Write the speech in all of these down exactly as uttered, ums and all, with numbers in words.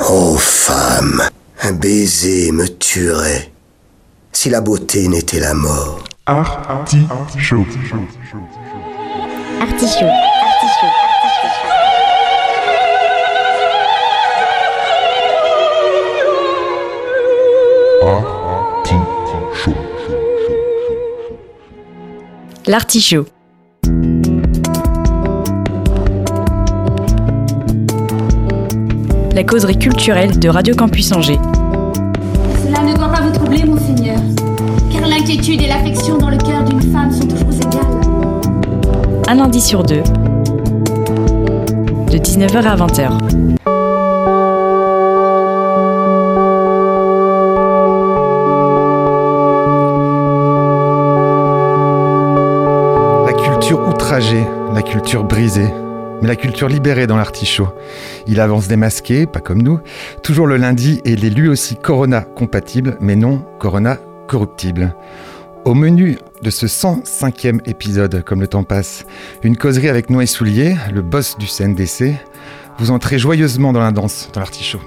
Ô femme, un baiser me tuerait si la beauté n'était la mort. Artichaut. Artichaut. Artichaut. L'artichaut. La causerie culturelle de Radio Campus Angers. Cela ne doit pas vous troubler, monseigneur, car l'inquiétude et l'affection dans le cœur d'une femme sont toujours égales. Un lundi sur deux, de dix-neuf heures à vingt heures. La culture outragée, la culture brisée. Mais la culture libérée dans l'artichaut. Il avance démasqué, pas comme nous, toujours le lundi, et il est lui aussi Corona compatible, mais non Corona corruptible. Au menu de ce cent cinquième épisode, comme le temps passe, une causerie avec Noé Soulier, le boss du C N D C. Vous entrez joyeusement dans la danse, dans l'artichaut.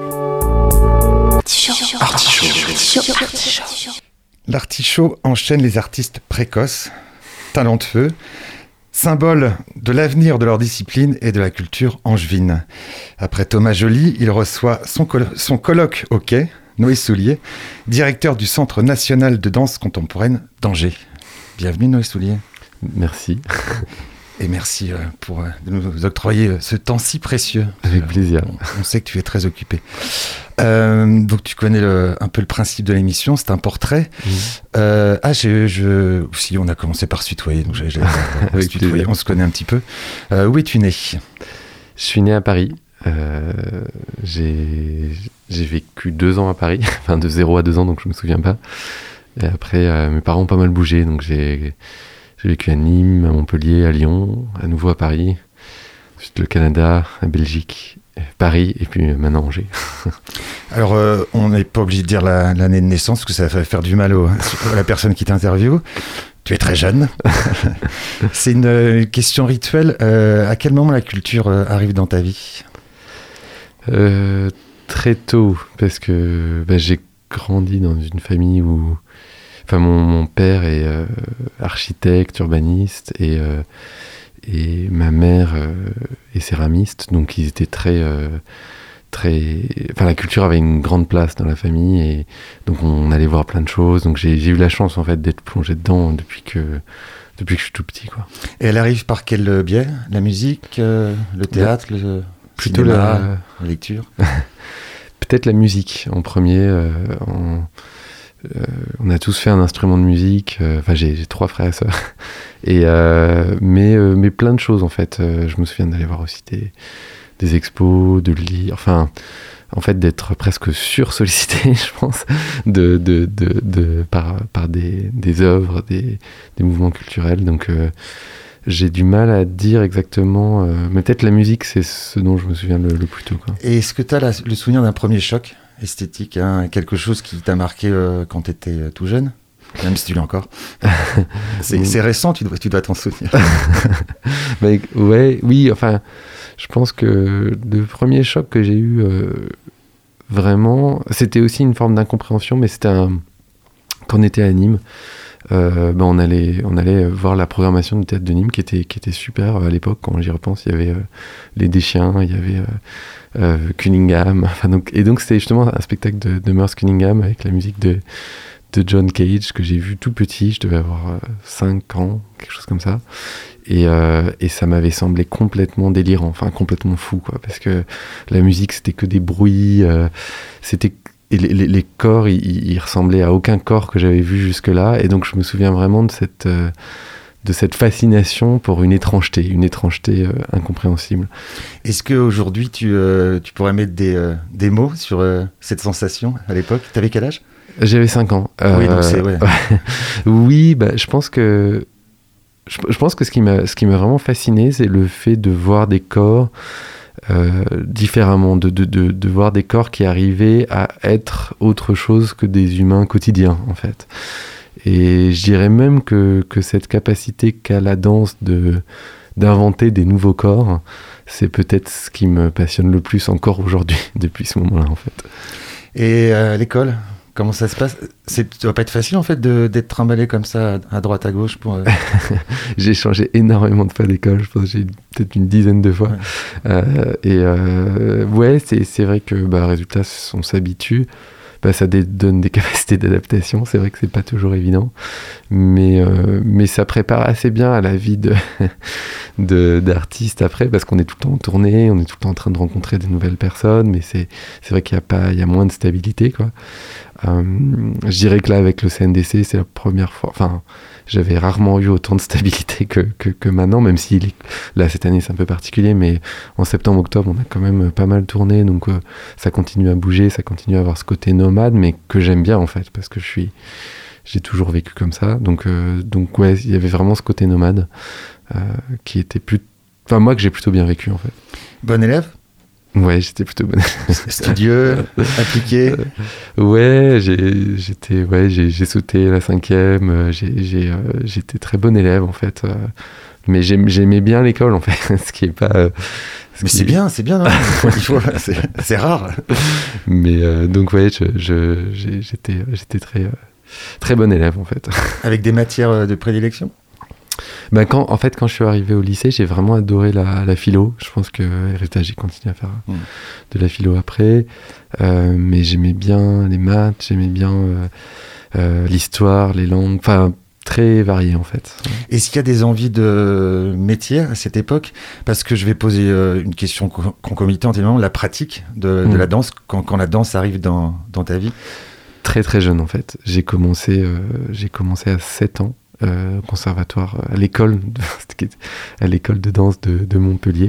Artichaut. Artichaut. Artichaut. L'artichaut enchaîne les artistes précoces, talentueux, symbole de l'avenir de leur discipline et de la culture angevine. Après Thomas Joly, il reçoit son, col- son colloque au quai, Noé Soulier, directeur du Centre national de danse contemporaine d'Angers. Bienvenue Noé Soulier. Merci. Et merci euh, pour euh, de nous octroyer euh, ce temps si précieux. Avec plaisir. Euh, on, on sait que tu es très occupé. Euh, donc tu connais le, un peu le principe de l'émission, c'est un portrait. Mmh. Euh, ah, je, je, si on a commencé par se tutoyer, donc j'ai, j'ai, on, se tutoyer, on se connaît un petit peu. Euh, où es-tu né ? Je suis né à Paris. Euh, j'ai, j'ai vécu deux ans à Paris, enfin de zéro à deux ans, donc je me souviens pas. Et après, euh, mes parents ont pas mal bougé, donc j'ai, j'ai vécu à Nîmes, à Montpellier, à Lyon, à nouveau à Paris, ensuite le Canada, la Belgique, Paris, et puis maintenant Angers. Alors, euh, on n'est pas obligé de dire la, l'année de naissance, parce que ça va faire du mal au, à la personne qui t'interviewe. Tu es très jeune. C'est une, une question rituelle. Euh, à quel moment la culture euh, arrive dans ta vie ? euh, Très tôt, parce que bah, j'ai grandi dans une famille où... Enfin, mon, mon père est euh, architecte, urbaniste, et, euh, et ma mère euh, est céramiste, donc ils étaient très... Euh, très... Enfin, la culture avait une grande place dans la famille, et donc on allait voir plein de choses, donc j'ai, j'ai eu la chance, en fait, d'être plongé dedans depuis que, depuis que je suis tout petit, quoi. Et elle arrive par quel biais ? La musique, euh, le théâtre, le Plutôt cinéma, la... la lecture ? Peut-être la musique, en premier, euh, en... Euh, on a tous fait un instrument de musique, enfin euh, j'ai, j'ai trois frères et sœurs, et, euh, mais, euh, mais plein de choses en fait. Euh, je me souviens d'aller voir aussi des, des expos, de lire, enfin en fait d'être presque sursollicité, je pense, de, de, de, de, par, par des, des œuvres, des, des mouvements culturels. Donc euh, j'ai du mal à dire exactement, euh, mais peut-être la musique c'est ce dont je me souviens le, le plus tôt, quoi. Et est-ce que tu as la, le souvenir d'un premier choc esthétique, hein, quelque chose qui t'a marqué euh, quand tu étais euh, tout jeune, même si tu l'as encore? c'est, c'est récent, tu dois, tu dois t'en souvenir. Bah, ouais, oui, enfin, je pense que le premier choc que j'ai eu, euh, vraiment, c'était aussi une forme d'incompréhension, mais c'était un... quand on était à Nîmes, euh, bah, on, allait, on allait voir la programmation du théâtre de Nîmes qui était, qui était super à l'époque, quand j'y repense. Il y avait euh, Les Deschiens, il y avait... Euh, Euh, Cunningham, enfin, donc, et donc c'était justement un spectacle de, de Merce Cunningham avec la musique de, de John Cage que j'ai vu tout petit, je devais avoir euh, cinq ans, quelque chose comme ça, et, euh, et ça m'avait semblé complètement délirant, enfin complètement fou, quoi, parce que la musique c'était que des bruits, euh, c'était, et les, les, les corps ils, ils ressemblaient à aucun corps que j'avais vu jusque-là, et donc je me souviens vraiment de cette... Euh, de cette fascination pour une étrangeté, une étrangeté euh, incompréhensible. Est-ce qu'aujourd'hui, tu, euh, tu pourrais mettre des, euh, des mots sur euh, cette sensation à l'époque ? T'avais quel âge ? J'avais cinq ans. Euh, oui, donc c'est... Ouais. oui, bah, je pense que... Je, je pense que ce qui, m'a, ce qui m'a vraiment fasciné, c'est le fait de voir des corps euh, différemment, de, de, de, de voir des corps qui arrivaient à être autre chose que des humains quotidiens, en fait. Et je dirais même que, que cette capacité qu'a la danse de, d'inventer des nouveaux corps, c'est peut-être ce qui me passionne le plus encore aujourd'hui, depuis ce moment-là, en fait. Et à l'école, comment ça se passe? C'est, ça va pas être facile, en fait, de, d'être trimballé comme ça, à droite, à gauche pour... Euh... J'ai changé énormément de fois d'école, je pense que j'ai peut-être une dizaine de fois. Ouais. Euh, et euh, ouais, c'est, c'est vrai que, bah, résultat, on s'habitue. Bah, ça dé- donne des capacités d'adaptation. C'est vrai que c'est pas toujours évident, mais euh, mais ça prépare assez bien à la vie de, de d'artiste après, parce qu'on est tout le temps en tournée, on est tout le temps en train de rencontrer des nouvelles personnes, mais c'est c'est vrai qu'il y a pas il y a moins de stabilité, quoi. Euh, je dirais que là, avec le C N D C, c'est la première fois. Enfin, j'avais rarement eu autant de stabilité que, que, que maintenant, même si les, là, cette année, c'est un peu particulier, mais en septembre, octobre, on a quand même pas mal tourné, donc euh, ça continue à bouger, ça continue à avoir ce côté nomade, mais que j'aime bien, en fait, parce que je suis, j'ai toujours vécu comme ça. Donc, euh, donc ouais, il y avait vraiment ce côté nomade euh, qui était plus... Enfin, moi, que j'ai plutôt bien vécu, en fait. Bon élève? Ouais, j'étais plutôt bon. Studieux, appliqué. Ouais, j'ai, j'étais, ouais, j'ai, j'ai sauté la cinquième. J'ai, j'ai, euh, j'étais très bon élève en fait, euh, mais j'aimais, j'aimais bien l'école en fait, ce qui est pas. Euh, mais c'est est... bien, c'est bien. Non il faut, c'est, c'est rare. Mais euh, donc ouais, je, je, j'ai, j'étais, j'étais très, euh, très bon élève en fait. Avec des matières de prédilection? Ben quand, en fait, quand je suis arrivé au lycée, j'ai vraiment adoré la, la philo. Je pense que résultat, j'ai continué à faire mmh. de la philo après. Euh, mais j'aimais bien les maths, j'aimais bien euh, euh, l'histoire, les langues. Enfin, très varié en fait. Est-ce qu'il y a des envies de métier à cette époque? Parce que je vais poser euh, une question co- concomitante, évidemment, la pratique de, mmh. de la danse, quand, quand la danse arrive dans, dans ta vie. Très très jeune en fait. J'ai commencé, euh, j'ai commencé à sept ans. Euh, conservatoire à l'école de, à l'école de danse de, de Montpellier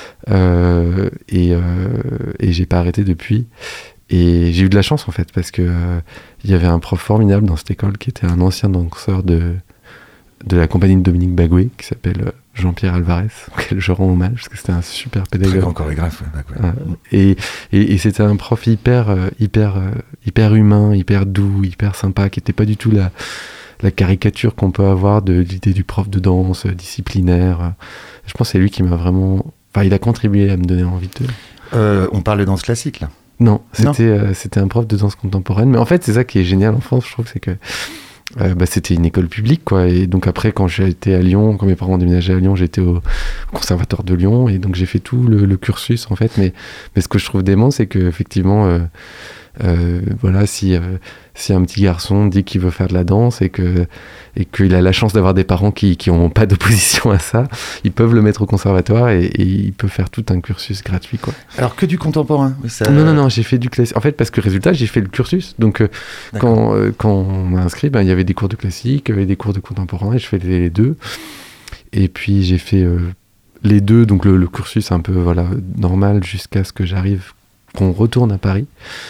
euh, et, euh, et j'ai pas arrêté depuis et j'ai eu de la chance en fait parce que euh, il y avait un prof formidable dans cette école qui était un ancien danseur de, de la compagnie de Dominique Bagué qui s'appelle Jean-Pierre Alvarez, auquel je rends hommage parce que c'était un super pédagogue. Très grand chorégraphe, ouais, euh, et, et, et c'était un prof hyper, hyper, hyper humain, hyper doux, hyper sympa, qui était pas du tout la la caricature qu'on peut avoir de l'idée du prof de danse disciplinaire. Je pense que c'est lui qui m'a vraiment... Enfin, il a contribué à me donner envie de... Euh, on parle de danse classique, là? Non, c'était, euh, c'était un prof de danse contemporaine. Mais en fait, c'est ça qui est génial en France, je trouve, c'est que euh, bah, c'était une école publique, quoi. Et donc après, quand j'ai été à Lyon, quand mes parents ont déménagé à Lyon, j'étais au conservatoire de Lyon. Et donc j'ai fait tout le, le cursus, en fait. Mais, mais ce que je trouve dément, c'est qu'effectivement... Euh, Euh, voilà, si, euh, si un petit garçon dit qu'il veut faire de la danse et, que, et qu'il a la chance d'avoir des parents qui n'ont pas d'opposition à ça, ils peuvent le mettre au conservatoire et, et il peut faire tout un cursus gratuit, quoi. Alors que du contemporain? Ça... Non, non, non, j'ai fait du classique. En fait, parce que résultat, j'ai fait le cursus. Donc, euh, quand, euh, quand on m'a inscrit, ben, il y avait des cours de classique, il y avait des cours de contemporain et je fais les deux. Et puis, j'ai fait euh, les deux, donc le, le cursus un peu voilà, normal jusqu'à ce que j'arrive, qu'on retourne à Paris.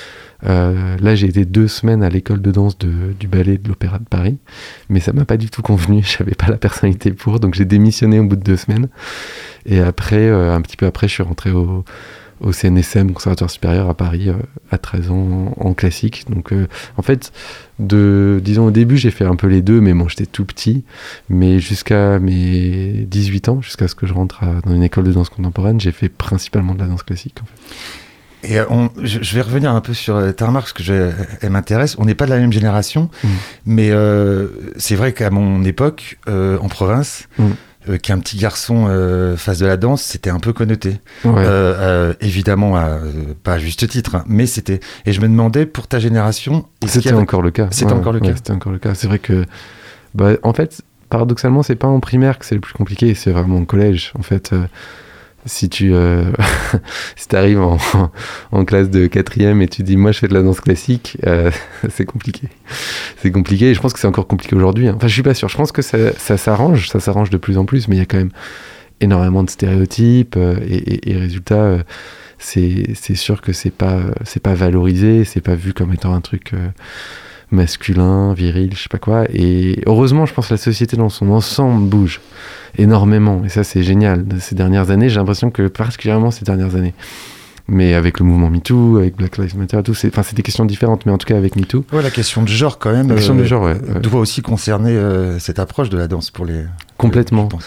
Euh, là, j'ai été deux semaines à l'école de danse de, du ballet de l'Opéra de Paris, mais ça m'a pas du tout convenu. J'avais pas la personnalité pour, donc j'ai démissionné au bout de deux semaines. Et après, euh, un petit peu après, je suis rentré au, au C N S M, Conservatoire supérieur à Paris, euh, à treize ans en, en classique. Donc, euh, en fait, de, disons au début, j'ai fait un peu les deux, mais bon, j'étais tout petit. Mais jusqu'à mes dix-huit ans, jusqu'à ce que je rentre à, dans une école de danse contemporaine, j'ai fait principalement de la danse classique, en fait. Et on, je, je vais revenir un peu sur ta remarque, parce que je, elle m'intéresse. On n'est pas de la même génération, mmh. mais euh, c'est vrai qu'à mon époque, euh, en province, mmh. euh, qu'un petit garçon euh, fasse de la danse, c'était un peu connoté. Ouais. Euh, euh, évidemment, à, euh, pas à juste titre, hein, mais c'était... Et je me demandais, pour ta génération... C'était avait... encore le cas. C'était ouais, encore le ouais, cas. C'était encore le cas. C'est vrai que... Bah, en fait, paradoxalement, c'est pas en primaire que c'est le plus compliqué, c'est vraiment au collège. En fait... Euh... Si tu euh, si t'arrives en, en classe de quatrième et tu dis moi je fais de la danse classique, euh, c'est compliqué. C'est compliqué et je pense que c'est encore compliqué aujourd'hui. Hein. Enfin, je suis pas sûr. Je pense que ça, ça s'arrange, ça s'arrange de plus en plus, mais il y a quand même énormément de stéréotypes euh, et, et, et résultat, euh, c'est c'est sûr que c'est pas c'est pas valorisé, c'est pas vu comme étant un truc euh, masculin, viril, je sais pas quoi. Et heureusement, je pense que la société dans son ensemble bouge énormément. Et ça, c'est génial. Ces dernières années, j'ai l'impression que particulièrement ces dernières années. Mais avec le mouvement MeToo, avec Black Lives Matter, tout, c'est, enfin, c'est des questions différentes, mais en tout cas avec MeToo. Ouais, la question de genre, quand même. La question euh, de genre, ouais. doit aussi concerner euh, cette approche de la danse pour les. Complètement. Euh,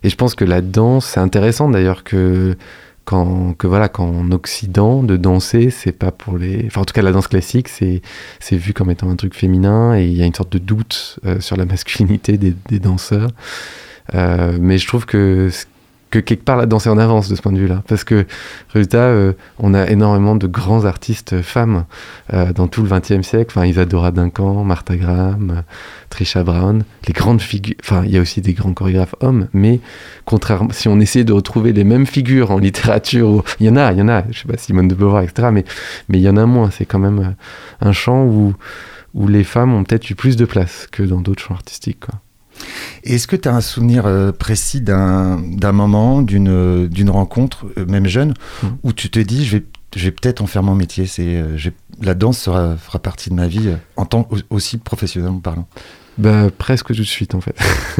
et je pense que la danse, c'est intéressant d'ailleurs que quand que voilà qu'en Occident de danser, c'est pas pour les, enfin en tout cas la danse classique, c'est c'est vu comme étant un truc féminin, et il y a une sorte de doute euh, sur la masculinité des, des danseurs. Euh, mais je trouve que que quelque part la danse est en avance de ce point de vue-là, parce que résultat, euh, on a énormément de grands artistes femmes euh, dans tout le vingtième siècle. Enfin, Isadora Duncan, Martha Graham, euh, Trisha Brown, les grandes figures. Enfin, il y a aussi des grands chorégraphes hommes, mais contrairement, si on essayait de retrouver les mêmes figures en littérature, où, il y en a, il y en a. Je sais pas, Simone de Beauvoir, et cetera. Mais mais il y en a moins. C'est quand même un champ où où les femmes ont peut-être eu plus de place que dans d'autres champs artistiques, quoi. Est-ce que tu as un souvenir euh, précis d'un, d'un moment, d'une, d'une rencontre, euh, même jeune, mmh. où tu te dis, je vais, je vais peut-être en faire mon métier, c'est, euh, j'ai, la danse sera, fera partie de ma vie, euh, en tant, aussi professionnellement parlant? Bah, presque tout de suite, en fait.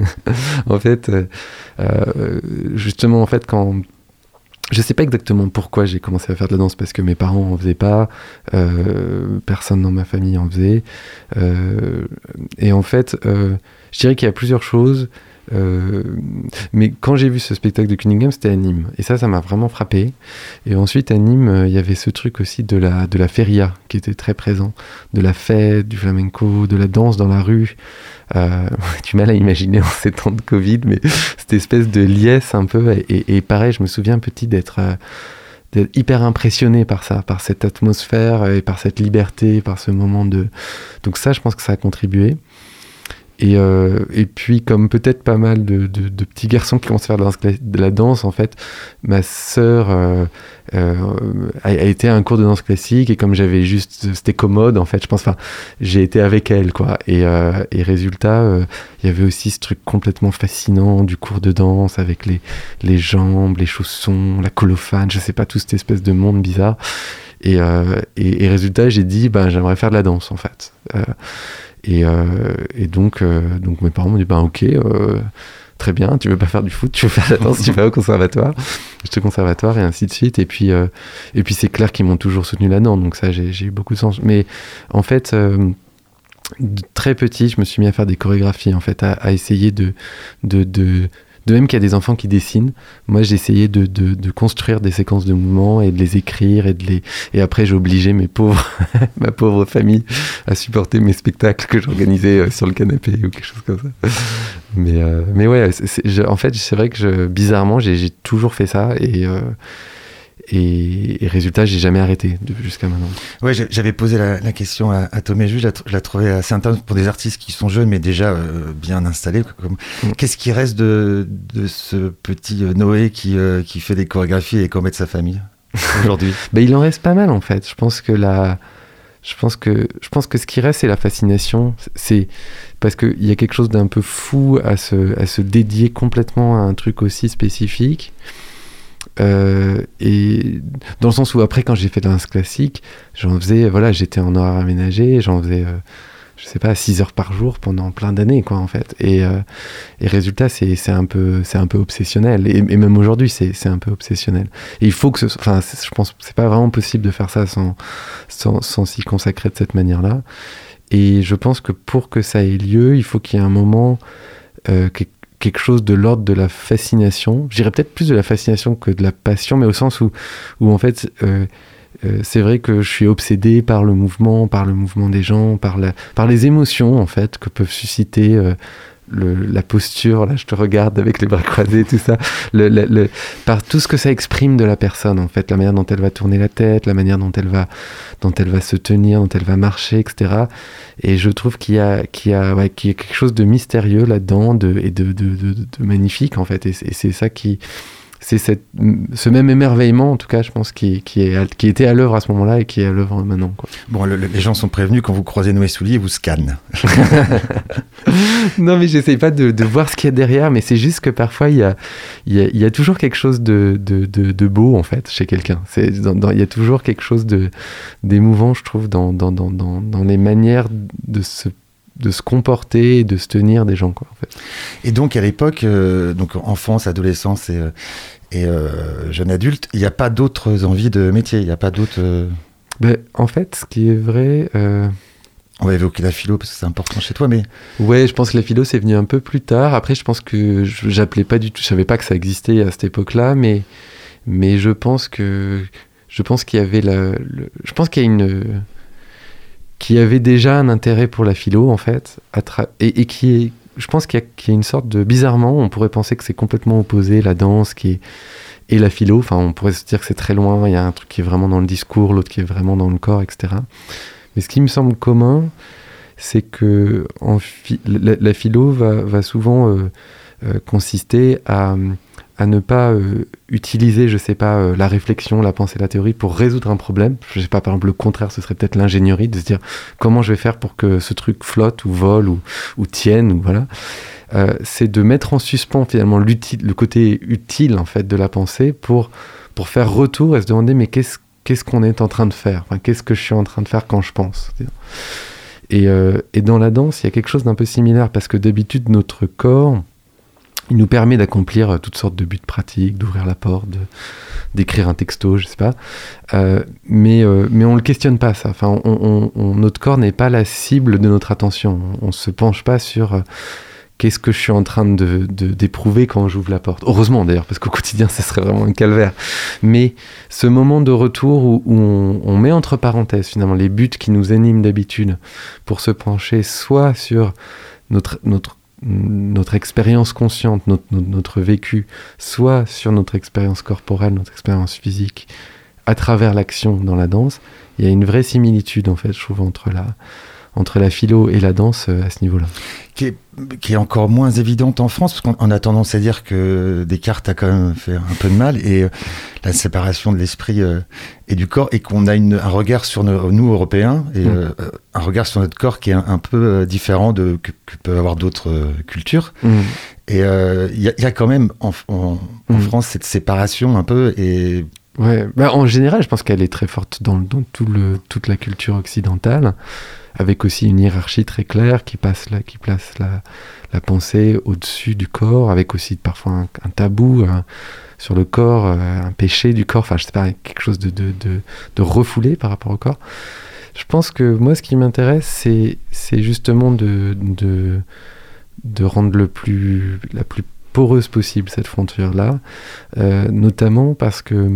en fait, euh, euh, justement, en fait, quand... Je sais pas exactement pourquoi j'ai commencé à faire de la danse, parce que mes parents en faisaient pas, euh, personne dans ma famille en faisait, euh, et en fait, euh, je dirais qu'il y a plusieurs choses, euh, mais quand j'ai vu ce spectacle de Cunningham, c'était à Nîmes, et ça, ça m'a vraiment frappé. Et ensuite, à Nîmes, il euh, y avait ce truc aussi de la, de la feria qui était très présent, de la fête, du flamenco, de la danse dans la rue. Euh, du mal à imaginer en ces temps de Covid, mais cette espèce de liesse un peu, et, et, et pareil, je me souviens petit d'être, euh, d'être hyper impressionné par ça, par cette atmosphère et par cette liberté, par ce moment de... Donc ça, je pense que ça a contribué. Et, euh, et puis, comme peut-être pas mal de, de, de petits garçons qui commencent à faire de la danse, de la danse en fait, ma sœur euh, euh, a, a été à un cours de danse classique, et comme j'avais juste, c'était commode en fait, je pense, enfin, j'ai été avec elle, quoi. Et, euh, et résultat, il euh, y avait aussi ce truc complètement fascinant du cours de danse avec les, les jambes, les chaussons, la colophane, je sais pas, toute cette espèce de monde bizarre. Et, euh, et, et résultat, j'ai dit, ben, j'aimerais faire de la danse en fait. Euh, Et, euh, et donc, euh, donc mes parents m'ont dit, ben ok, euh, très bien, tu veux pas faire du foot, tu veux faire de la danse, tu vas au conservatoire. J'étais au conservatoire et ainsi de suite. Et puis, euh, et puis c'est clair qu'ils m'ont toujours soutenu là-dedans, donc ça, j'ai, j'ai eu beaucoup de sens. Mais en fait, euh, très petit, je me suis mis à faire des chorégraphies, en fait, à, à essayer de... de, de De même qu'il y a des enfants qui dessinent, moi j'essayais de, de, de construire des séquences de mouvements et de les écrire, et de les et après j'obligeais mes pauvres ma pauvre famille à supporter mes spectacles que j'organisais sur le canapé ou quelque chose comme ça. Mais euh, mais ouais, c'est, c'est, je, en fait c'est vrai que je, bizarrement j'ai, j'ai toujours fait ça, et euh, Et, et résultat, j'ai jamais arrêté de, jusqu'à maintenant. Ouais, j'avais posé la, la question à, à Thomas Juge, je la, je la trouvais assez intéressante pour des artistes qui sont jeunes mais déjà euh, bien installés. Comme... Mm. Qu'est-ce qui reste de, de ce petit Noé qui, euh, qui fait des chorégraphies et commet de sa famille aujourd'hui? Ben, il en reste pas mal en fait. Je pense que la... Je pense que, je pense que ce qui reste, c'est la fascination. C'est parce qu'il y a quelque chose d'un peu fou à se, à se dédier complètement à un truc aussi spécifique. Euh, et dans le sens où après, quand j'ai fait de la danse classique, j'en faisais, voilà, j'étais en horaire aménagé, j'en faisais, euh, je sais pas, six heures par jour pendant plein d'années, quoi, en fait. Et, euh, et résultat, c'est, c'est un peu, c'est un peu obsessionnel. Et, et même aujourd'hui, c'est, c'est un peu obsessionnel. Et il faut que ce soit, enfin, je pense que c'est pas vraiment possible de faire ça sans, sans, sans s'y consacrer de cette manière-là. Et je pense que pour que ça ait lieu, il faut qu'il y ait un moment, euh, que, quelque chose de l'ordre de la fascination. Je dirais peut-être plus de la fascination que de la passion, mais au sens où, où en fait, euh, euh, c'est vrai que je suis obsédé par le mouvement, par le mouvement des gens, par, la, par les émotions, en fait, que peuvent susciter euh, le, la posture, là, je te regarde avec les bras croisés, tout ça, le, le, le, par tout ce que ça exprime de la personne, en fait, la manière dont elle va tourner la tête, la manière dont elle va, dont elle va se tenir, dont elle va marcher, et cetera. Et je trouve qu'il y a, qu'il y a, ouais, qu'il y a quelque chose de mystérieux là-dedans, de, et de, de, de, de magnifique, en fait. Et c'est, et c'est ça qui... C'est cette, ce même émerveillement, en tout cas, je pense, qui, qui, est, qui était à l'œuvre à ce moment-là et qui est à l'œuvre maintenant, quoi. Bon, le, le, les gens sont prévenus, quand vous croisez Noé Soulier, ils vous scannent. Non, mais j'essaye pas de, de voir ce qu'il y a derrière, mais c'est juste que parfois, il y a, il y a, il y a toujours quelque chose de, de, de, de beau, en fait, chez quelqu'un. C'est, dans, dans, il y a toujours quelque chose de, d'émouvant, je trouve, dans, dans, dans, dans, dans les manières de se de se comporter et de se tenir des gens, quoi, en fait. Et donc à l'époque, euh, donc enfance, adolescence et, et euh, jeune adulte, il n'y a pas d'autres envies de métier, il n'y a pas d'autres... Euh... Ben, en fait, ce qui est vrai, euh, On va évoquer la philo parce que c'est important chez toi, mais... Ouais, je pense que la philo, c'est venu un peu plus tard. Après, je pense que je, j'appelais pas du tout... Je savais pas que ça existait à cette époque-là, mais, mais je pense que... Je pense qu'il y avait la... Le, je pense qu'il y a une... Qu'il y avait déjà un intérêt pour la philo, en fait, à tra- et, et qui est... Je pense qu'il y, a, qu'il y a une sorte de... Bizarrement, on pourrait penser que c'est complètement opposé, la danse qui est... et la philo. Enfin, on pourrait se dire que c'est très loin. Il y a un truc qui est vraiment dans le discours, l'autre qui est vraiment dans le corps, et cetera. Mais ce qui me semble commun, c'est que en fi- la, la philo va, va souvent euh, euh, consister à, à ne pas euh, utiliser, je sais pas, euh, la réflexion, la pensée, la théorie pour résoudre un problème. Je sais pas, par exemple, le contraire, ce serait peut-être l'ingénierie, de se dire comment je vais faire pour que ce truc flotte ou vole ou, ou tienne, ou voilà. Euh, c'est de mettre en suspens finalement l'utile, le côté utile en fait de la pensée pour, pour faire retour et se demander mais qu'est-ce Qu'est-ce qu'on est en train de faire, enfin, qu'est-ce que je suis en train de faire quand je pense. Et, euh, et dans la danse, il y a quelque chose d'un peu similaire, parce que d'habitude, notre corps, il nous permet d'accomplir toutes sortes de buts pratiques, d'ouvrir la porte, de, d'écrire un texto, je sais pas. Euh, mais, euh, mais on ne le questionne pas, ça. Enfin, on, on, on, notre corps n'est pas la cible de notre attention. On ne se penche pas sur... Euh, qu'est-ce que je suis en train de, de, d'éprouver quand j'ouvre la porte. Heureusement d'ailleurs, parce qu'au quotidien, ça serait vraiment un calvaire. Mais ce moment de retour où, où on, on met entre parenthèses finalement les buts qui nous animent d'habitude pour se pencher soit sur notre, notre, notre expérience consciente, notre, notre, notre vécu, soit sur notre expérience corporelle, notre expérience physique, à travers l'action dans la danse, il y a une vraie similitude en fait, je trouve, entre la... entre la philo et la danse euh, à ce niveau-là. Qui est, qui est encore moins évidente en France, parce qu'on on a tendance à dire que Descartes a quand même fait un peu de mal, et euh, la séparation de l'esprit euh, et du corps, et qu'on a une, un regard sur nos, nous, Européens, et mmh. euh, un regard sur notre corps qui est un, un peu euh, différent de, que, que peuvent avoir d'autres euh, cultures. Mmh. Et il euh, y, y a quand même en, en, en mmh. France cette séparation un peu, et... Ouais, bah, en général, je pense qu'elle est très forte dans, dans tout le, toute la culture occidentale, avec aussi une hiérarchie très claire qui, passe la, qui place la, la pensée au-dessus du corps, avec aussi parfois un, un tabou un, sur le corps, un péché du corps, enfin je sais pas, quelque chose de, de, de, de refoulé par rapport au corps. Je pense que moi, ce qui m'intéresse, c'est, c'est justement de, de, de rendre le plus, la plus poreuse possible cette frontière-là, euh, notamment parce que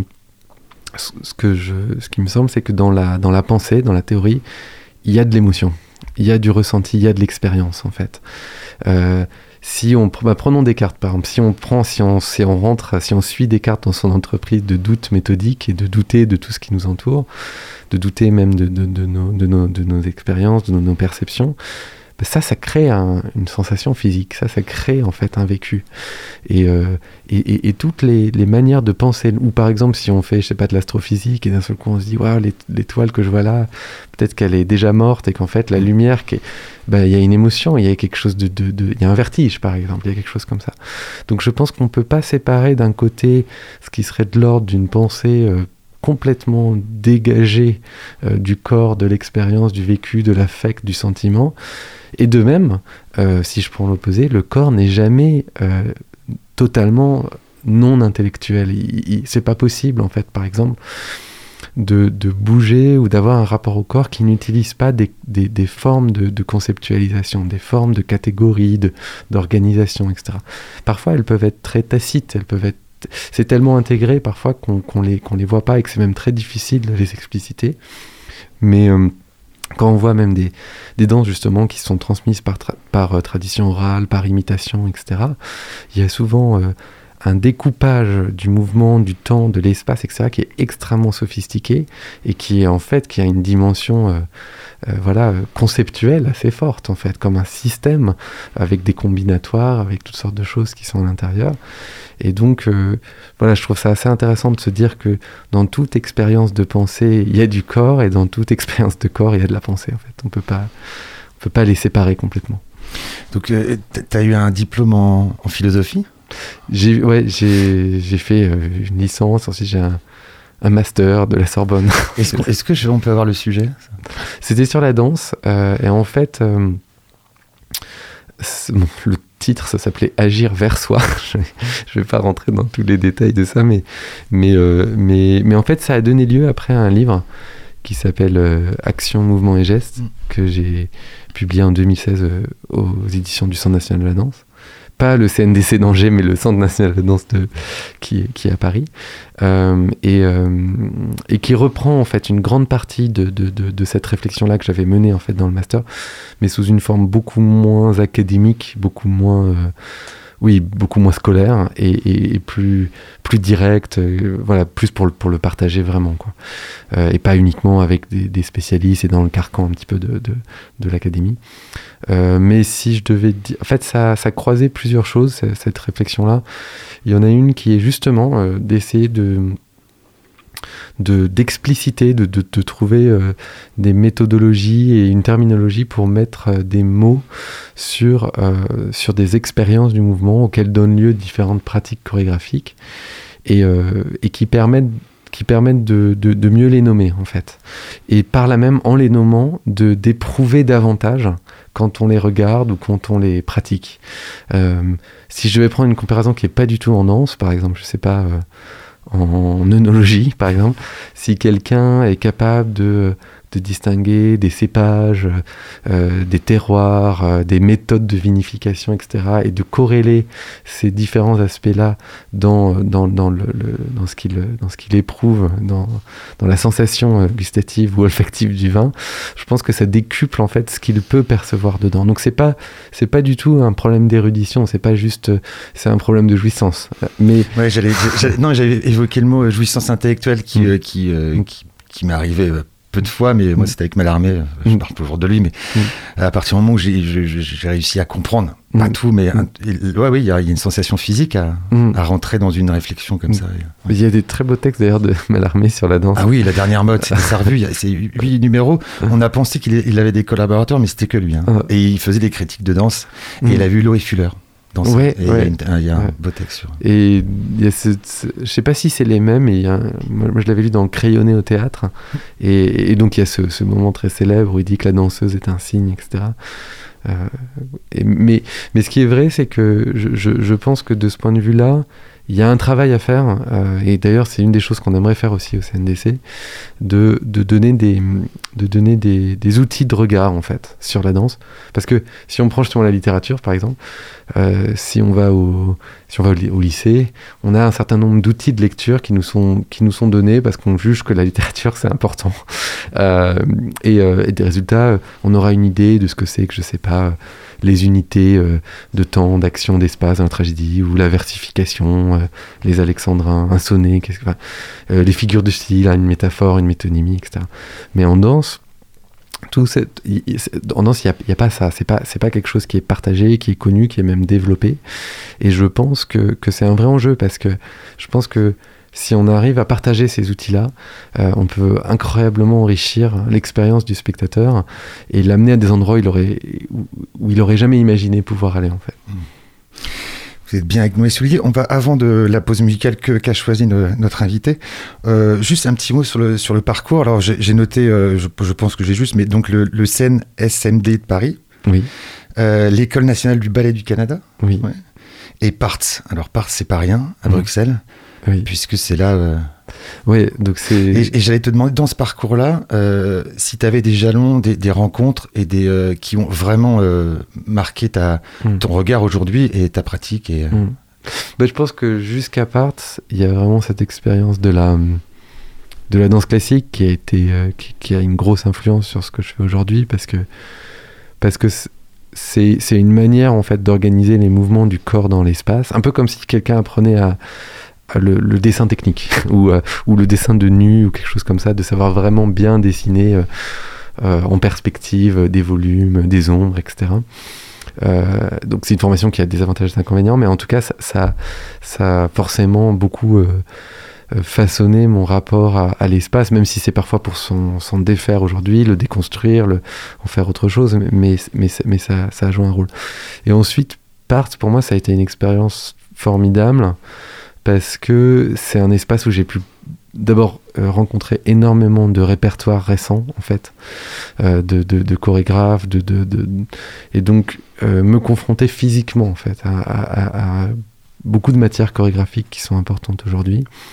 ce, que je, ce qui me semble, c'est que dans la, dans la pensée, dans la théorie, il y a de l'émotion, il y a du ressenti, il y a de l'expérience en fait. Euh, si on, bah, prenons Descartes par exemple, si on prend, si on, si on rentre, si on suit Descartes dans son entreprise de doute méthodique et de douter de tout ce qui nous entoure, de douter même de, de, de, nos, de, nos, de nos expériences, de nos, nos perceptions, bah ça, ça crée un, une sensation physique, ça, ça crée en fait un vécu. Et, euh, et, et, et toutes les, les manières de penser, ou par exemple si on fait, je sais pas, de l'astrophysique et d'un seul coup on se dit, waouh, l'étoile que je vois là, peut-être qu'elle est déjà morte et qu'en fait la lumière, il bah, y a une émotion, il y a quelque chose de, de, de, il y a un vertige par exemple, il y a quelque chose comme ça. Donc je pense qu'on peut pas séparer d'un côté ce qui serait de l'ordre d'une pensée euh, complètement dégagée euh, du corps, de l'expérience, du vécu, de l'affect, du sentiment. Et de même, euh, si je prends l'opposé, le corps n'est jamais euh, totalement non intellectuel. Il, il, c'est pas possible, en fait, par exemple, de, de bouger ou d'avoir un rapport au corps qui n'utilise pas des, des, des formes de, de conceptualisation, des formes de catégories, de, d'organisation, et cetera. Parfois, elles peuvent être très tacites, elles peuvent être c'est tellement intégré parfois qu'on, qu'on les, qu'on les voit pas et que c'est même très difficile de les expliciter. Mais euh, quand on voit même des, des danses justement qui sont transmises par, tra- par euh, tradition orale, par imitation, et cetera, il y a souvent euh, un découpage du mouvement, du temps, de l'espace, et cetera, qui est extrêmement sophistiqué et qui est en fait, qui a une dimension euh, euh, voilà, conceptuelle assez forte en fait, comme un système avec des combinatoires, avec toutes sortes de choses qui sont à l'intérieur. Et donc, euh, voilà, je trouve ça assez intéressant de se dire que dans toute expérience de pensée, il y a du corps, et dans toute expérience de corps, il y a de la pensée, en fait. On peut pas, on peut pas les séparer complètement. Donc, euh, tu as eu un diplôme en, en philosophie ? J'ai, ouais, j'ai, j'ai fait euh, une licence, ensuite j'ai un, un master de la Sorbonne. Est-ce, que, est-ce que je, on peut avoir le sujet ? C'était sur la danse, euh, et en fait, euh, bon, le titre, ça s'appelait Agir vers soi. Je ne vais pas rentrer dans tous les détails de ça, mais, mais, euh, mais, mais en fait, ça a donné lieu après à un livre qui s'appelle euh, Action, Mouvement et Gestes, mmh. que j'ai publié en deux mille seize euh, aux éditions du Centre national de la danse. Pas le C N D C d'Angers, mais le Centre national de la danse de, qui, qui est à Paris, euh, et, euh, et qui reprend en fait une grande partie de, de, de, de cette réflexion-là que j'avais menée en fait dans le master, mais sous une forme beaucoup moins académique, beaucoup moins, euh, oui, beaucoup moins scolaire et, et, et plus, plus directe, euh, voilà, plus pour le, pour le partager vraiment, quoi, euh, et pas uniquement avec des, des spécialistes et dans le carcan un petit peu de, de, de l'académie. Euh, mais si je devais dire... En fait, ça, ça croisait plusieurs choses, cette réflexion-là. Il y en a une qui est justement euh, d'essayer de, de, d'expliciter, de, de, de trouver euh, des méthodologies et une terminologie pour mettre euh, des mots sur, euh, sur des expériences du mouvement auxquelles donnent lieu différentes pratiques chorégraphiques et, euh, et qui permettent qui permettent de, de, de mieux les nommer, en fait. Et par là même, en les nommant, de, d'éprouver davantage quand on les regarde ou quand on les pratique. Euh, si je vais prendre une comparaison qui n'est pas du tout en danse, par exemple, je ne sais pas, euh, en œnologie, par exemple, si quelqu'un est capable de, de distinguer des cépages, euh, des terroirs, euh, des méthodes de vinification, et cetera, et de corréler ces différents aspects-là dans, dans, dans, le, le, dans, ce, qu'il, dans ce qu'il éprouve, dans, dans la sensation gustative ou olfactive du vin, je pense que ça décuple en fait ce qu'il peut percevoir dedans. Donc c'est pas, c'est pas du tout un problème d'érudition, c'est pas juste, c'est un problème de jouissance. Mais ouais, j'allais, j'allais, non, j'avais évoqué le mot jouissance intellectuelle qui, mmh. euh, qui, euh, qui, qui m'est arrivé euh, peu de fois, mais moi c'était avec Mallarmé, je parle toujours de lui, mais mmh. à partir du moment où j'ai, j'ai, j'ai réussi à comprendre, pas mmh. tout, mais un, il, ouais, oui, il y, y a une sensation physique à, mmh. à rentrer dans une réflexion comme mmh. ça. Ouais. Il y a des très beaux textes d'ailleurs de Mallarmé sur la danse. Ah oui, la dernière mode, c'est sa revue, c'est huit numéros. On a pensé qu'il il avait des collaborateurs, mais c'était que lui. Hein. Ah. Et il faisait des critiques de danse, mmh. et il a vu Laurie Fuller. Dans ouais, et ouais. il y a, une, y a ouais. un beau texte sur. Et il y a ce, ce, je sais pas si c'est les mêmes, mais il y a un, moi je l'avais lu dans Crayonné au théâtre, et, et donc il y a ce, ce moment très célèbre où il dit que la danseuse est un signe, et cetera. Euh, et, mais, mais ce qui est vrai, c'est que je, je, je pense que de ce point de vue-là, il y a un travail à faire, euh, et d'ailleurs c'est une des choses qu'on aimerait faire aussi au C N D C, de, de donner, des, de donner des, des outils de regard en fait sur la danse. Parce que si on prend justement la littérature par exemple, euh, si on va au, si on va au, au lycée, on a un certain nombre d'outils de lecture qui nous sont, qui nous sont donnés parce qu'on juge que la littérature c'est important. Euh, et, euh, et des résultats, on aura une idée de ce que c'est que je sais pas, les unités euh, de temps, d'action, d'espace dans la tragédie, ou la versification, euh, les alexandrins, un sonnet, qu'est-ce que, enfin, euh, les figures de style, une métaphore, une métonymie, et cetera. Mais en danse, tout cette, y, y, en danse, il n'y a, y a pas ça. C'est pas, c'est pas quelque chose qui est partagé, qui est connu, qui est même développé. Et je pense que, que c'est un vrai enjeu, parce que je pense que si on arrive à partager ces outils-là, euh, on peut incroyablement enrichir l'expérience du spectateur et l'amener à des endroits où il aurait, où, où il aurait jamais imaginé pouvoir aller, en fait. Vous êtes bien avec Noé Soulier. On va, avant de la pause musicale que, qu'a choisi no, notre invité, euh, juste un petit mot sur le, sur le parcours. Alors, j'ai, j'ai noté, euh, je, je pense que j'ai juste, mais donc le, le C N S M D de Paris, oui. euh, l'École nationale du ballet du Canada, oui. ouais. Et P A R T S. Alors, P A R T S, c'est pas rien, à mmh. Bruxelles. Oui. Puisque c'est là... Euh... Oui, donc c'est... Et, et j'allais te demander, dans ce parcours-là, euh, si tu avais des jalons, des, des rencontres et des, euh, qui ont vraiment euh, marqué ta, mm. ton regard aujourd'hui et ta pratique. Et, euh... mm. bah, je pense que jusqu'à P A R T S, il y a vraiment cette expérience de la, de la danse classique qui a, été, euh, qui, qui a une grosse influence sur ce que je fais aujourd'hui, parce que, parce que c'est, c'est une manière en fait, d'organiser les mouvements du corps dans l'espace, un peu comme si quelqu'un apprenait à... Le, le dessin technique ou, euh, ou le dessin de nu ou quelque chose comme ça, de savoir vraiment bien dessiner euh, euh, en perspective euh, des volumes, des ombres, et cetera. Euh, donc c'est une formation qui a des avantages et des inconvénients, mais en tout cas ça, ça, ça a forcément beaucoup euh, façonné mon rapport à, à l'espace, même si c'est parfois pour s'en, s'en défaire aujourd'hui, le déconstruire, le, en faire autre chose, mais, mais, mais ça, ça a joué un rôle. Et ensuite, P A R T S, pour moi, ça a été une expérience formidable, parce que c'est un espace où j'ai pu d'abord euh, rencontrer énormément de répertoires récents, en fait, euh, de, de, de chorégraphes, de, de, de, et donc euh, me confronter physiquement, en fait, à, à, à beaucoup de matières chorégraphiques qui sont importantes aujourd'hui,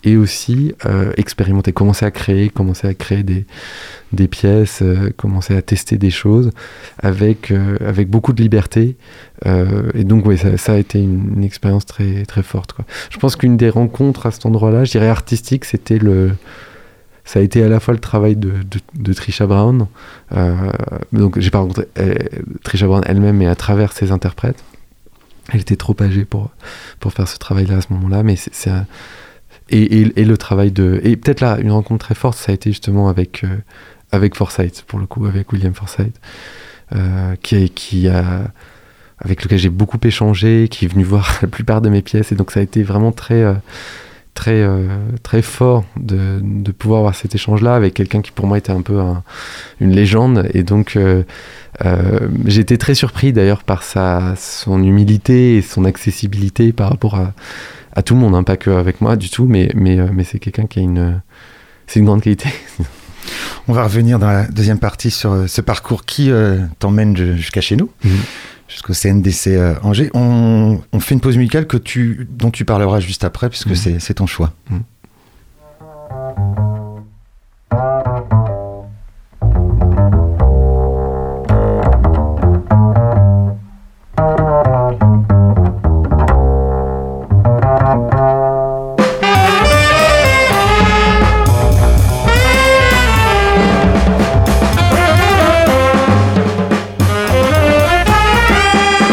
et aussi euh, expérimenter, commencer à créer, commencer à créer des, des pièces, euh, commencer à tester des choses avec, euh, avec beaucoup de liberté. Euh, et donc, oui, ça, ça a été une, une expérience très, très forte, quoi. Je pense qu'une des rencontres à cet endroit-là, je dirais artistique, c'était le... Ça a été à la fois le travail de, de, de Trisha Brown. Euh, donc, j'ai pas rencontré elle, Trisha Brown elle-même, mais à travers ses interprètes. Elle était trop âgée pour, pour faire ce travail-là à ce moment-là. Mais c'est, c'est un... et, et, et le travail de... Et peut-être là, une rencontre très forte, ça a été justement avec, euh, avec Forsythe, pour le coup, avec William Forsythe, euh, qui, qui a... avec lequel j'ai beaucoup échangé, qui est venu voir la plupart de mes pièces. Et donc, ça a été vraiment très... Euh, très euh, très fort de, de pouvoir avoir cet échange-là avec quelqu'un qui pour moi était un peu un, une légende, et donc euh, euh, j'ai été très surpris d'ailleurs par sa, son humilité et son accessibilité par rapport à, à tout le monde, hein, pas que avec moi du tout, mais, mais, euh, mais c'est quelqu'un qui a une, c'est une grande qualité. On va revenir dans la deuxième partie sur ce parcours qui euh, t'emmène jusqu'à chez nous. Mmh. Jusqu'au C N D C euh, Angers. On, on fait une pause musicale que tu, dont tu parleras juste après, puisque mmh. c'est, c'est ton choix. Mmh.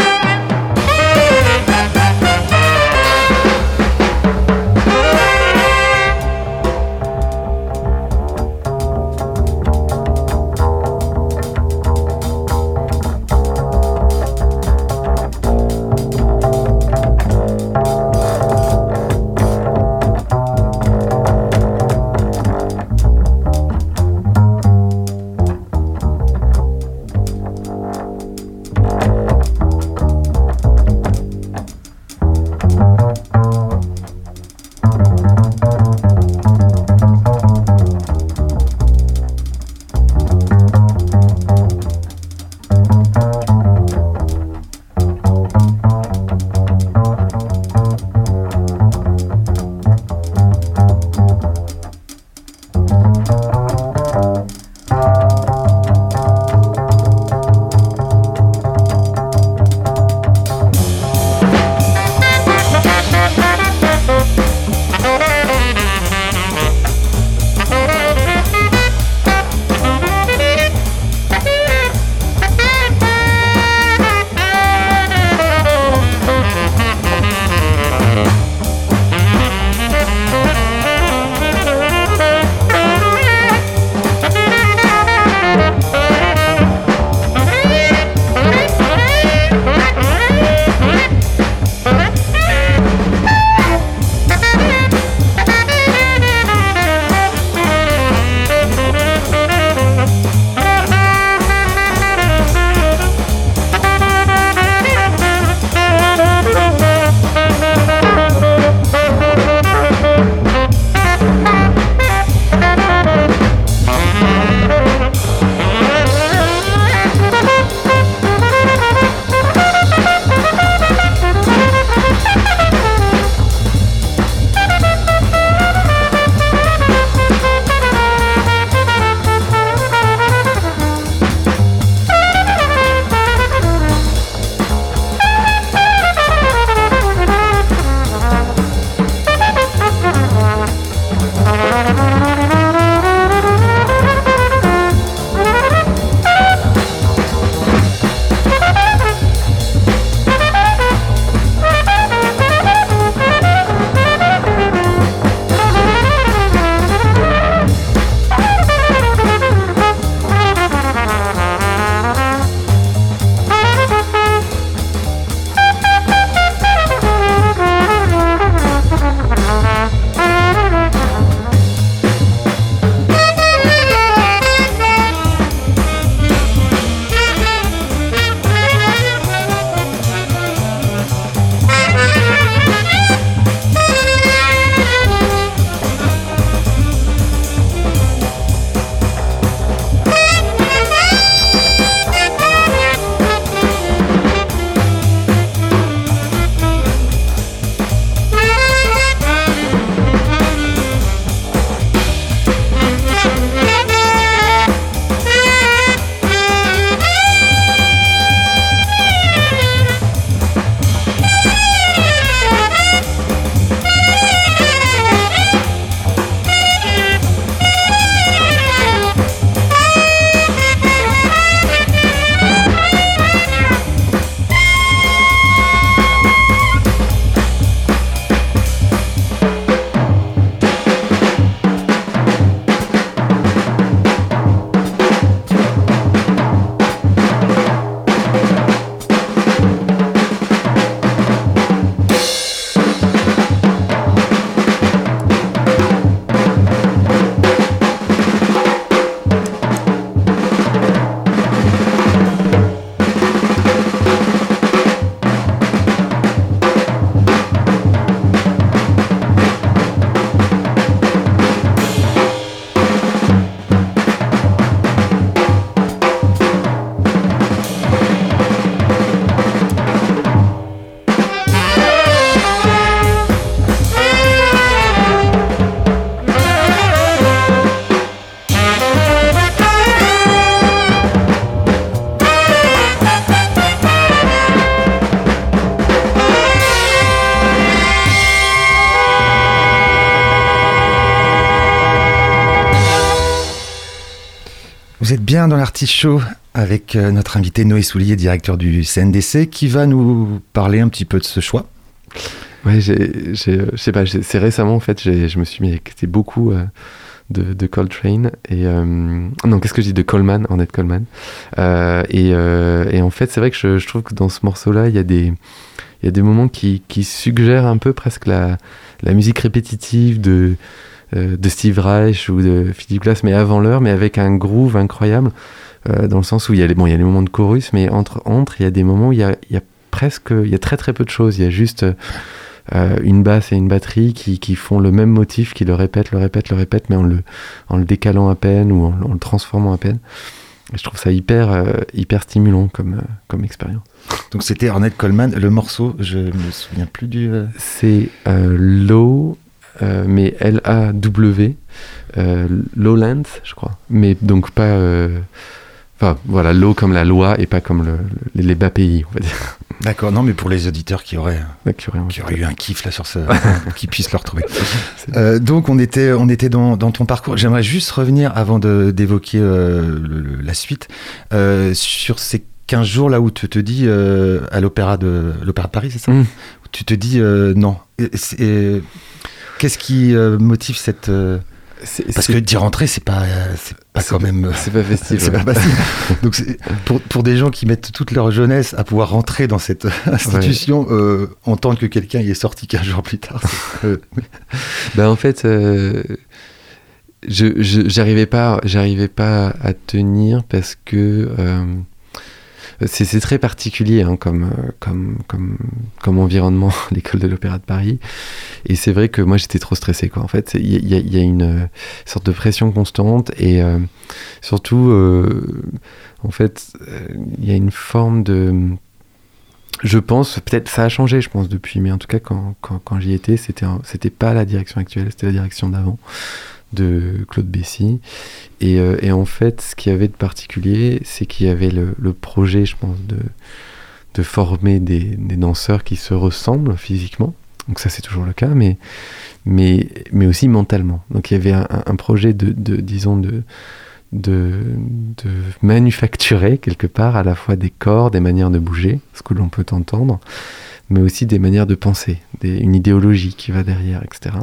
Thank Vous êtes bien dans l'Artichaut avec euh, notre invité Noé Soulier, directeur du C N D C, qui va nous parler un petit peu de ce choix. Ouais, j'ai, j'ai, je sais pas, j'ai, c'est récemment en fait, j'ai, je me suis mis à écouter beaucoup euh, de, de Coltrane et euh, non, qu'est-ce que je dis de Coleman, Ornette Coleman. Euh, et, euh, et en fait, c'est vrai que je, je trouve que dans ce morceau-là, il y a des, il y a des moments qui, qui suggèrent un peu presque la, la musique répétitive de euh, de Steve Reich ou de Philip Glass, mais avant l'heure, mais avec un groove incroyable, euh, dans le sens où il y a les, bon, il y a les moments de chorus, mais entre entre, il y a des moments où il y a, il y a presque, il y a très très peu de choses. Il y a juste euh, une basse et une batterie qui, qui font le même motif, qui le répètent, le répètent, le répètent, mais en le, en le décalant à peine ou en, en le transformant à peine. Et je trouve ça hyper, euh, hyper stimulant comme, euh, comme expérience. Donc c'était Ornette Coleman. Le morceau, je me souviens plus du... Euh... C'est euh, Low, euh, mais L A W, euh, Lowlands, je crois. Mais donc pas... Euh, Enfin, voilà, Low comme la loi et pas comme le, le, les bas pays, on va dire. D'accord, non, mais pour les auditeurs qui auraient, ouais, qui auraient, qui auraient eu un kiff là sur ce, pour qu'ils puissent le retrouver. Euh, donc, on était, on était dans, dans ton parcours. J'aimerais juste revenir, avant de, d'évoquer euh, le, le, la suite, euh, sur ces quinze jours là où tu te dis, euh, à l'Opéra de, l'Opéra de Paris, c'est ça ? Mmh. Où tu te dis euh, non. Et, et, qu'est-ce qui euh, motive cette... Euh, C'est, Parce c'est... que d'y rentrer, c'est pas, c'est pas c'est quand pas, même. C'est pas festif. c'est ouais. pas facile. Donc, c'est, pour, pour des gens qui mettent toute leur jeunesse à pouvoir rentrer dans cette institution, ouais. euh, entendre que quelqu'un y est sorti quinze jours plus tard. Euh... ben, en fait, euh, je, je, j'arrivais pas, j'arrivais pas à tenir parce que. Euh, C'est, c'est très particulier hein, comme, comme, comme, comme environnement, l'école de l'Opéra de Paris. Et c'est vrai que moi, j'étais trop stressé. Quoi. En fait, il y, y, y a une euh, sorte de pression constante. Et euh, surtout, euh, en fait, il euh, y a une forme de... Je pense, peut-être ça a changé, je pense, depuis. Mais en tout cas, quand, quand, quand j'y étais, c'était, un, c'était pas la direction actuelle, c'était la direction d'avant, de Claude Bessy. Et, euh, et en fait, ce qu'il y avait de particulier, c'est qu'il y avait le, le projet, je pense, de, de former des, des danseurs qui se ressemblent physiquement. Donc ça, c'est toujours le cas, mais, mais, mais aussi mentalement. Donc il y avait un, un projet de, de disons, de, de, de manufacturer, quelque part, à la fois des corps, des manières de bouger, ce que l'on peut entendre, mais aussi des manières de penser, des, une idéologie qui va derrière, et cetera.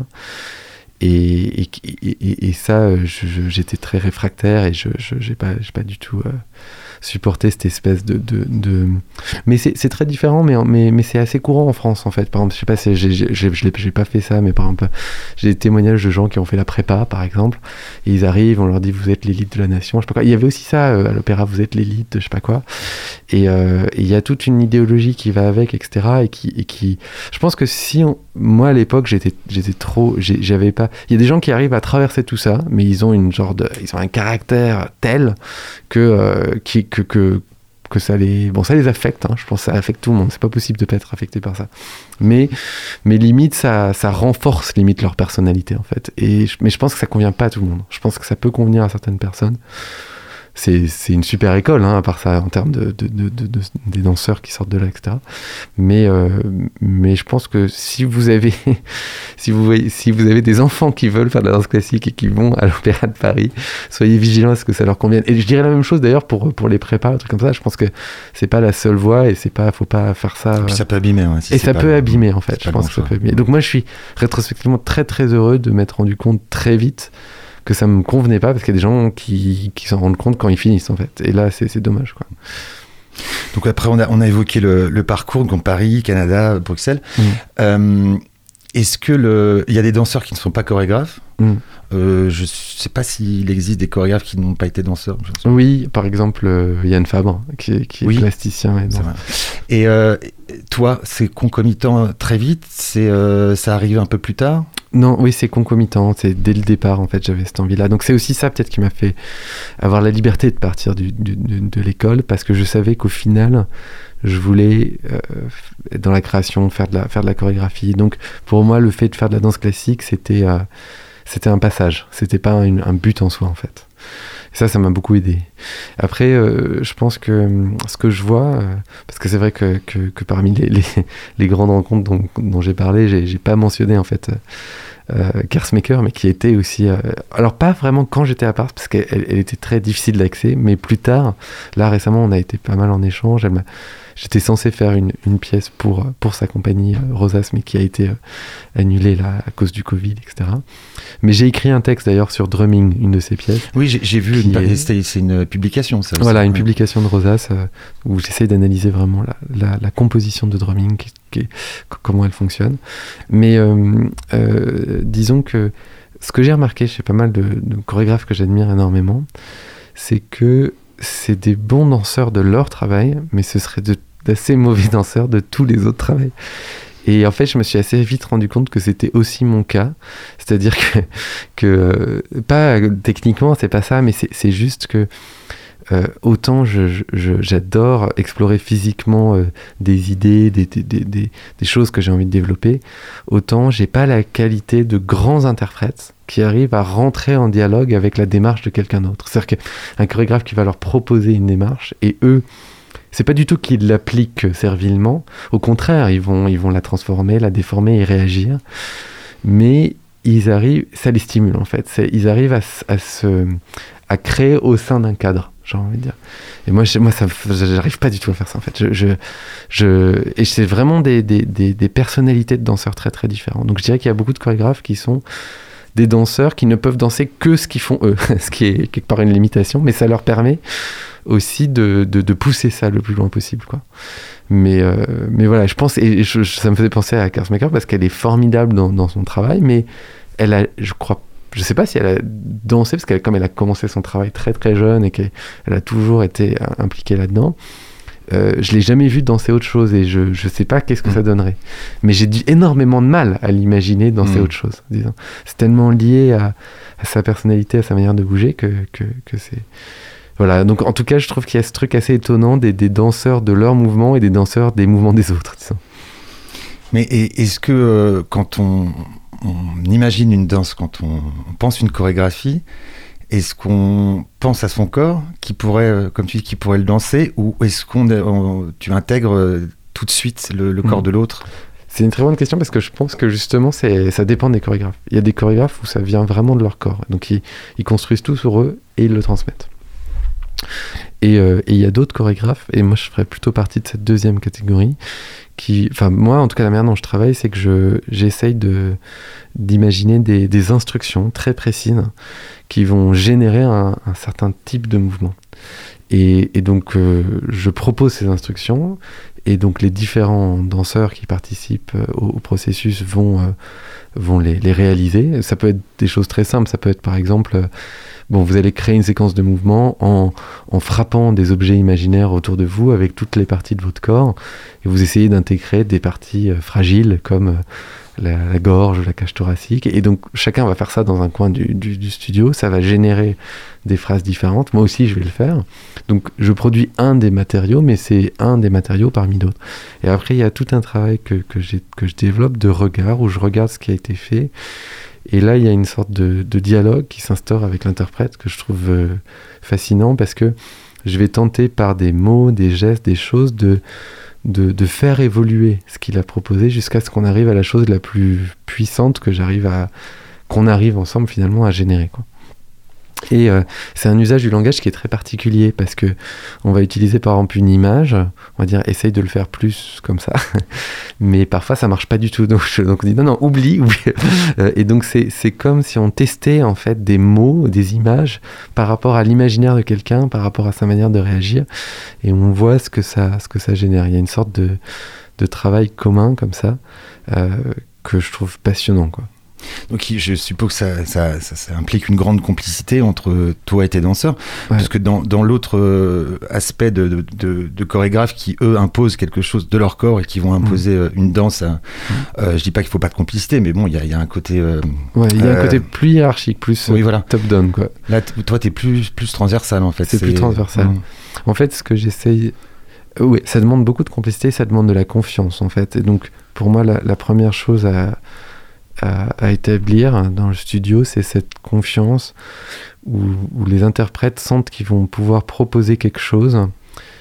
Et, et, et, et ça, je, je, j'étais très réfractaire et je n'ai pas, j'ai pas du tout euh, supporté cette espèce de... de, de... Mais c'est, c'est très différent, mais, mais, mais c'est assez courant en France, en fait. Par exemple, je sais pas, c'est, j'ai, j'ai, j'ai, j'ai pas fait ça, mais par exemple, j'ai des témoignages de gens qui ont fait la prépa, par exemple, et ils arrivent, on leur dit, vous êtes l'élite de la nation, je sais pas quoi. Il y avait aussi ça euh, à l'opéra, vous êtes l'élite, je sais pas quoi. Et il euh, y a toute une idéologie qui va avec, et cetera. Et qui, et qui... Je pense que si on... Moi, à l'époque, j'étais, j'étais trop... J'ai, j'avais pas... Il y a des gens qui arrivent à traverser tout ça, mais ils ont une genre de... Ils ont un caractère tel que... Euh, qui, que, que, que ça les... Bon, ça les affecte, hein. Je pense que ça affecte tout le monde. C'est pas possible de pas être affecté par ça. Mais, mais limite, ça, ça renforce limite leur personnalité, en fait. Et, mais je pense que ça convient pas à tout le monde. Je pense que ça peut convenir à certaines personnes. C'est, c'est une super école, hein, à part ça, en termes de, de, de, de, de, des danseurs qui sortent de là, et cetera. Mais, euh, mais je pense que si vous avez, si vous voyez, si vous avez des enfants qui veulent faire de la danse classique et qui vont à l'Opéra de Paris, soyez vigilants à ce que ça leur convienne. Et je dirais la même chose d'ailleurs pour, pour les prépas, un truc comme ça. Je pense que c'est pas la seule voie et c'est pas, faut pas faire ça. Et puis ça peut abîmer. Ouais, si et ça pas, peut abîmer, en fait. Je pense que ça choix. peut abîmer. Donc moi, je suis rétrospectivement très très heureux de m'être rendu compte très vite que ça me convenait pas, parce qu'il y a des gens qui, qui s'en rendent compte quand ils finissent, en fait. Et là, c'est, c'est dommage, quoi. Donc après, on a, on a évoqué le, le parcours, donc Paris, Canada, Bruxelles. Mmh. Euh, est-ce que le... il y a des danseurs qui ne sont pas chorégraphes ? Mmh. Euh, je ne sais pas s'il existe des chorégraphes qui n'ont pas été danseurs. Oui, par exemple, euh, Yann Fabre, qui, qui est oui. plasticien. Et, et euh, toi, c'est concomitant très vite, c'est, euh, ça arrive un peu plus tard ? Non, oui, c'est concomitant, c'est dès le départ, en fait, j'avais cette envie-là. Donc c'est aussi ça, peut-être, qui m'a fait avoir la liberté de partir du, du, de, de l'école, parce que je savais qu'au final, je voulais, euh, dans la création, faire de la, faire de la chorégraphie. Donc, pour moi, le fait de faire de la danse classique, c'était, euh, c'était un passage, c'était pas une, un but en soi, en fait. Et ça, ça m'a beaucoup aidé. Après, euh, je pense que ce que je vois, euh, parce que c'est vrai que, que, que parmi les, les, les grandes rencontres dont, dont j'ai parlé, j'ai, j'ai pas mentionné, en fait, euh, Kersmaker, mais qui était aussi... Euh, alors pas vraiment quand j'étais à Paris, parce qu'elle elle était très difficile d'accès, mais plus tard, là récemment, on a été pas mal en échange. Elle m'a, j'étais censé faire une, une pièce pour, pour sa compagnie euh, Rosas, mais qui a été euh, annulée là, à cause du Covid, et cetera. Mais j'ai écrit un texte d'ailleurs sur Drumming, une de ses pièces. Oui, j'ai, j'ai vu, une, est... c'est, c'est une publication ça aussi. Voilà, une ouais. publication de Rosas euh, où j'essaie d'analyser vraiment la, la, la composition de Drumming, qui, qui, comment elle fonctionne. Mais euh, euh, disons que ce que j'ai remarqué chez pas mal de, de chorégraphes que j'admire énormément, c'est que c'est des bons danseurs de leur travail, mais ce serait de, d'assez mauvais danseurs de tous les autres travails. Et en fait, je me suis assez vite rendu compte que c'était aussi mon cas. C'est-à-dire que, que pas techniquement, c'est pas ça, mais c'est, c'est juste que euh, autant je, je, j'adore explorer physiquement euh, des idées, des, des, des, des, des choses que j'ai envie de développer, autant j'ai pas la qualité de grands interprètes qui arrivent à rentrer en dialogue avec la démarche de quelqu'un d'autre. C'est-à-dire qu'un chorégraphe qui va leur proposer une démarche, et eux, c'est pas du tout qu'ils l'appliquent servilement, au contraire, ils vont, ils vont la transformer, la déformer et réagir, mais ils arrivent, ça les stimule en fait, c'est, ils arrivent à, à, se, à créer au sein d'un cadre, j'ai envie de dire. Et moi, je, moi ça, j'arrive pas du tout à faire ça en fait. Je, je, je, et c'est vraiment des, des, des, des personnalités de danseurs très très différentes. Donc je dirais qu'il y a beaucoup de chorégraphes qui sont des danseurs qui ne peuvent danser que ce qu'ils font eux, ce qui est quelque part une limitation, mais ça leur permet aussi de, de, de pousser ça le plus loin possible, quoi. Mais, euh, mais voilà, je pense, et je, ça me faisait penser à Kersmaker parce qu'elle est formidable dans, dans son travail, mais elle a, je crois, je sais pas si elle a dansé, parce qu'elle, comme elle a commencé son travail très très jeune et qu'elle elle a toujours été impliquée là-dedans, euh, je l'ai jamais vue danser autre chose et je, je sais pas qu'est-ce que mmh. ça donnerait. Mais j'ai du, énormément de mal à l'imaginer danser mmh. autre chose, disons. C'est tellement lié à, à sa personnalité, à sa manière de bouger que, que, que c'est... Voilà, donc en tout cas, je trouve qu'il y a ce truc assez étonnant des, des danseurs de leur mouvement et des danseurs des mouvements des autres, disons. Mais et, est-ce que euh, quand on, on imagine une danse, quand on, on pense une chorégraphie, est-ce qu'on pense à son corps qui pourrait, euh, comme tu dis, qui pourrait le danser, ou est-ce qu'on, on, tu intègres euh, tout de suite le, le corps mmh. de l'autre ? C'est une très bonne question parce que je pense que justement, c'est, ça dépend des chorégraphes. Il y a des chorégraphes où ça vient vraiment de leur corps, donc ils, ils construisent tout sur eux et ils le transmettent. Et il euh, y a d'autres chorégraphes, et moi je ferais plutôt partie de cette deuxième catégorie, qui, enfin moi en tout cas la manière dont je travaille, c'est que je, j'essaye de, d'imaginer des, des instructions très précises qui vont générer un, un certain type de mouvement. Et, et donc euh, je propose ces instructions, et donc les différents danseurs qui participent au, au processus vont, euh, vont les, les réaliser. Ça peut être des choses très simples, ça peut être par exemple... Euh, Bon, vous allez créer une séquence de mouvements en, en frappant des objets imaginaires autour de vous avec toutes les parties de votre corps, et vous essayez d'intégrer des parties euh, fragiles comme euh, la, la gorge ou la cage thoracique, et donc chacun va faire ça dans un coin du, du, du studio, ça va générer des phrases différentes, moi aussi je vais le faire, donc je produis un des matériaux, mais c'est un des matériaux parmi d'autres. Et après il y a tout un travail que, que, j'ai, que je développe de regard, où je regarde ce qui a été fait. Et là, il y a une sorte de, de dialogue qui s'instaure avec l'interprète que je trouve euh, fascinant, parce que je vais tenter par des mots, des gestes, des choses, de, de, de faire évoluer ce qu'il a proposé jusqu'à ce qu'on arrive à la chose la plus puissante que j'arrive à, qu'on arrive ensemble finalement à générer, quoi. Et euh, c'est un usage du langage qui est très particulier, parce que on va utiliser par exemple une image, on va dire essaye de le faire plus comme ça, mais parfois ça marche pas du tout, donc, je, donc on dit non non oublie, oublie. Et donc c'est, c'est comme si on testait en fait des mots, des images par rapport à l'imaginaire de quelqu'un, par rapport à sa manière de réagir, et on voit ce que ça, ce que ça génère. Il y a une sorte de, de travail commun comme ça euh, que je trouve passionnant, quoi. Donc je suppose que ça, ça, ça, ça implique une grande complicité entre toi et tes danseurs, ouais. Parce que dans, dans l'autre euh, aspect de, de, de, de chorégraphes qui eux imposent quelque chose de leur corps et qui vont imposer mmh. une danse, à, mmh. euh, je dis pas qu'il faut pas de complicité, mais bon il y a, y a un côté euh, ouais, il y a euh, un côté plus hiérarchique, plus oui, voilà. top down, quoi. Là t- toi t'es plus, plus transversal en fait. C'est, c'est... plus transversal. Mmh. En fait ce que j'essaye, oui, ça demande beaucoup de complicité, ça demande de la confiance en fait, et donc pour moi la, la première chose à À, à établir dans le studio, c'est cette confiance où, où les interprètes sentent qu'ils vont pouvoir proposer quelque chose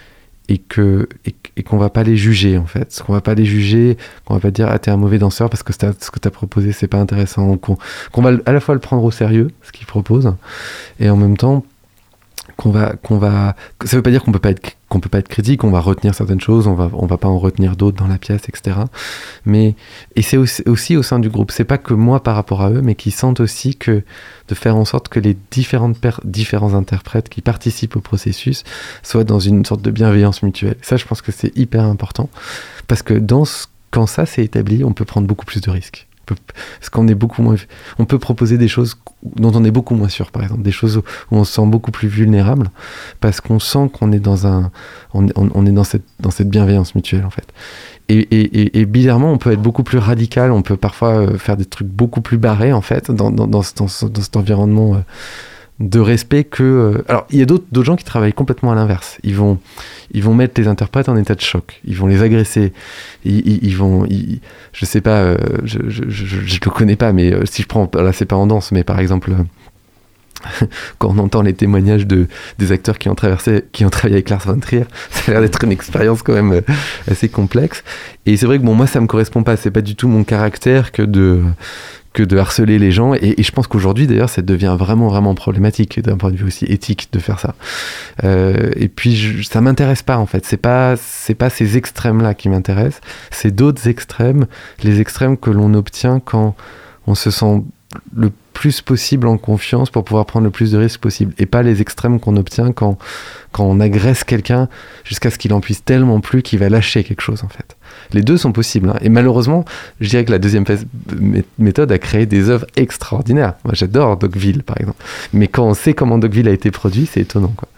et, que, et, et qu'on va pas les juger, en fait. Qu'on va pas les juger, qu'on va pas dire « Ah, t'es un mauvais danseur parce que ce que t'as proposé, c'est pas intéressant. » Qu'on, qu'on va à la fois le prendre au sérieux, ce qu'il propose, et en même temps, qu'on va, qu'on va... Ça veut pas dire qu'on peut pas être, qu'on peut pas être critique, on va retenir certaines choses, on va, on va pas en retenir d'autres dans la pièce, et cetera. Mais, et c'est aussi, aussi au sein du groupe, c'est pas que moi par rapport à eux, mais qu'ils sentent aussi que de faire en sorte que les différentes per- différents interprètes qui participent au processus soient dans une sorte de bienveillance mutuelle. Ça, je pense que c'est hyper important, parce que dans ce, quand ça c'est établi, on peut prendre beaucoup plus de risques. Parce qu'on est beaucoup moins, on peut proposer des choses dont on est beaucoup moins sûr, par exemple, des choses où on se sent beaucoup plus vulnérable, parce qu'on sent qu'on est dans un, on, on, on est dans cette, dans cette bienveillance mutuelle, en fait. Et, et, et, et bizarrement, on peut être beaucoup plus radical, on peut parfois faire des trucs beaucoup plus barrés, en fait, dans, dans, dans, dans, dans cet environnement de respect que... Euh... Alors, il y a d'autres, d'autres gens qui travaillent complètement à l'inverse. Ils vont, ils vont mettre les interprètes en état de choc. Ils vont les agresser. Ils, ils, ils vont... Ils, je sais pas, euh, je, je, je, je le connais pas, mais euh, si je prends... Là, c'est pas en danse, mais par exemple... Euh, quand on entend les témoignages de, des acteurs qui ont, traversé, qui ont travaillé avec Lars von Trier, ça a l'air d'être une expérience quand même euh, assez complexe. Et c'est vrai que bon, moi, ça me correspond pas. C'est pas du tout mon caractère que de... que de harceler les gens, et, et je pense qu'aujourd'hui d'ailleurs ça devient vraiment vraiment problématique d'un point de vue aussi éthique de faire ça. Euh, et puis je, ça m'intéresse pas en fait, c'est pas c'est pas ces extrêmes là qui m'intéressent, c'est d'autres extrêmes, les extrêmes que l'on obtient quand on se sent le plus possible en confiance pour pouvoir prendre le plus de risques possible, et pas les extrêmes qu'on obtient quand quand on agresse quelqu'un jusqu'à ce qu'il en puisse tellement plus qu'il va lâcher quelque chose en fait. Les deux sont possibles, hein. Et malheureusement, je dirais que la deuxième méthode a créé des œuvres extraordinaires. Moi, j'adore Dogville, par exemple. Mais quand on sait comment Dogville a été produit, c'est étonnant, quoi.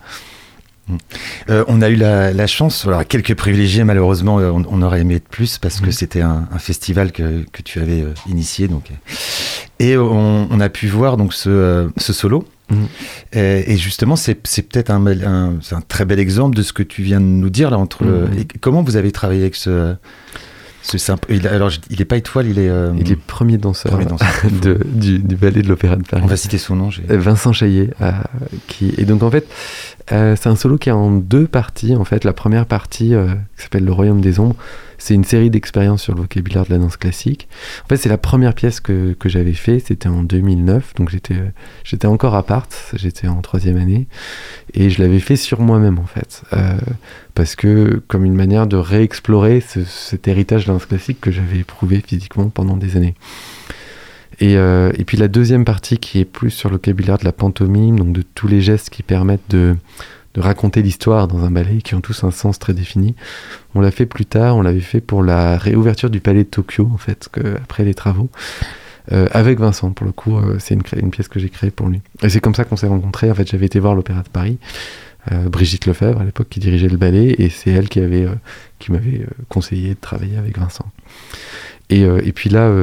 Euh, on a eu la, la chance, alors quelques privilégiés, malheureusement, on, on aurait aimé être plus parce que mmh. c'était un, un festival que, que tu avais euh, initié. Donc, et on, on a pu voir donc, ce, euh, ce solo. Mmh. Et, et justement, c'est, c'est peut-être un, un, c'est un très bel exemple de ce que tu viens de nous dire. Là, entre mmh. le, et comment vous avez travaillé avec ce... ce simple, il, alors, il n'est pas étoile, il est... Euh, il est premier danseur, premier danseur de, du, du ballet de l'Opéra de Paris. On va citer son nom. J'ai... Vincent Chaillet. Euh, qui, et donc, en fait, euh, c'est un solo qui est en deux parties. En fait, la première partie, euh, qui s'appelle Le Royaume des Ombres, c'est une série d'expériences sur le vocabulaire de la danse classique. En fait, c'est la première pièce que, que j'avais fait, c'était en deux mille neuf, donc j'étais, j'étais encore à part, j'étais en troisième année, et je l'avais fait sur moi-même, en fait, euh, parce que, comme une manière de réexplorer ce, cet héritage de la danse classique que j'avais éprouvé physiquement pendant des années. Et, euh, et puis la deuxième partie qui est plus sur le vocabulaire de la pantomime, donc de tous les gestes qui permettent de... de raconter l'histoire dans un ballet, qui ont tous un sens très défini. On l'a fait plus tard, on l'avait fait pour la réouverture du Palais de Tokyo, en fait, que, après les travaux, euh, avec Vincent, pour le coup, euh, c'est une, une pièce que j'ai créée pour lui. Et c'est comme ça qu'on s'est rencontrés. En fait, j'avais été voir l'Opéra de Paris, euh, Brigitte Lefebvre, à l'époque, qui dirigeait le ballet, et c'est elle qui, avait, euh, qui m'avait euh, conseillé de travailler avec Vincent. Et, euh, et puis là, euh,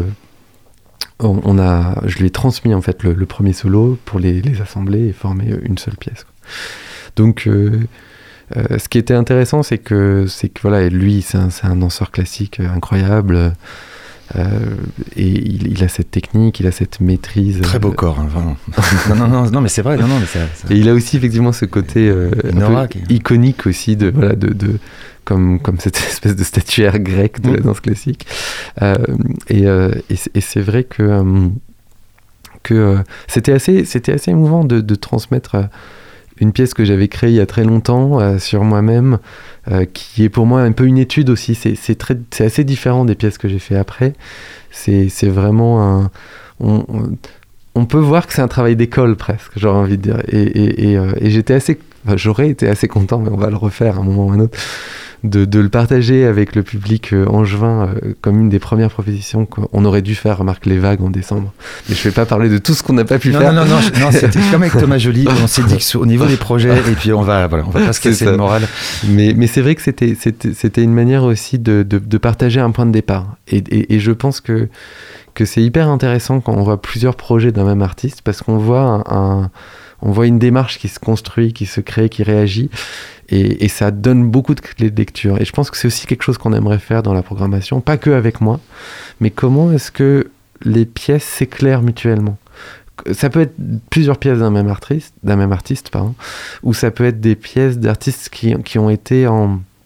on, on a, je lui ai transmis, en fait, le, le premier solo pour les, les assembler et former une seule pièce, quoi. Donc, euh, euh, ce qui était intéressant, c'est que, c'est que voilà, lui, c'est un, c'est un danseur classique incroyable, euh, et il, il a cette technique, il a cette maîtrise. Très beau corps, hein, vraiment. non, non, non, non, mais c'est vrai. Non, non, mais ça, ça... Et il a aussi effectivement ce côté euh, un peu qui... iconique aussi, de voilà, de, de comme comme cette espèce de statuaire grecque de mmh. la danse classique. Euh, et, euh, et, et c'est vrai que euh, que euh, c'était assez, c'était assez émouvant de, de transmettre. Euh, une pièce que j'avais créée il y a très longtemps euh, sur moi-même, euh, qui est pour moi un peu une étude aussi. C'est, c'est, très, c'est assez différent des pièces que j'ai fait après. C'est, c'est vraiment un... On, on, on peut voir que c'est un travail d'école presque, j'aurais envie de dire. Et, et, et, euh, et j'étais assez... Enfin, j'aurais été assez content, mais on va le refaire à un moment ou à un autre, de, de le partager avec le public euh, angevin euh, comme une des premières propositions qu'on aurait dû faire, remarque les vagues en décembre. Mais je ne vais pas parler de tout ce qu'on n'a pas pu non, faire. Non, non, non, non c'était comme avec Thomas Joly, on s'est dit qu'au niveau des projets, et puis on va, voilà, on va pas se casser le moral. Mais, mais c'est vrai que c'était, c'était, c'était une manière aussi de, de, de partager un point de départ. Et, et, et je pense que, que c'est hyper intéressant quand on voit plusieurs projets d'un même artiste, parce qu'on voit un, un on voit une démarche qui se construit, qui se crée, qui réagit, et, et ça donne beaucoup de clés de lecture. Et je pense que c'est aussi quelque chose qu'on aimerait faire dans la programmation, pas que avec moi, mais comment est-ce que les pièces s'éclairent mutuellement. Ça peut être plusieurs pièces d'un même artiste, d'un même artiste, pardon, ou ça peut être des pièces d'artistes qui, qui ont été en,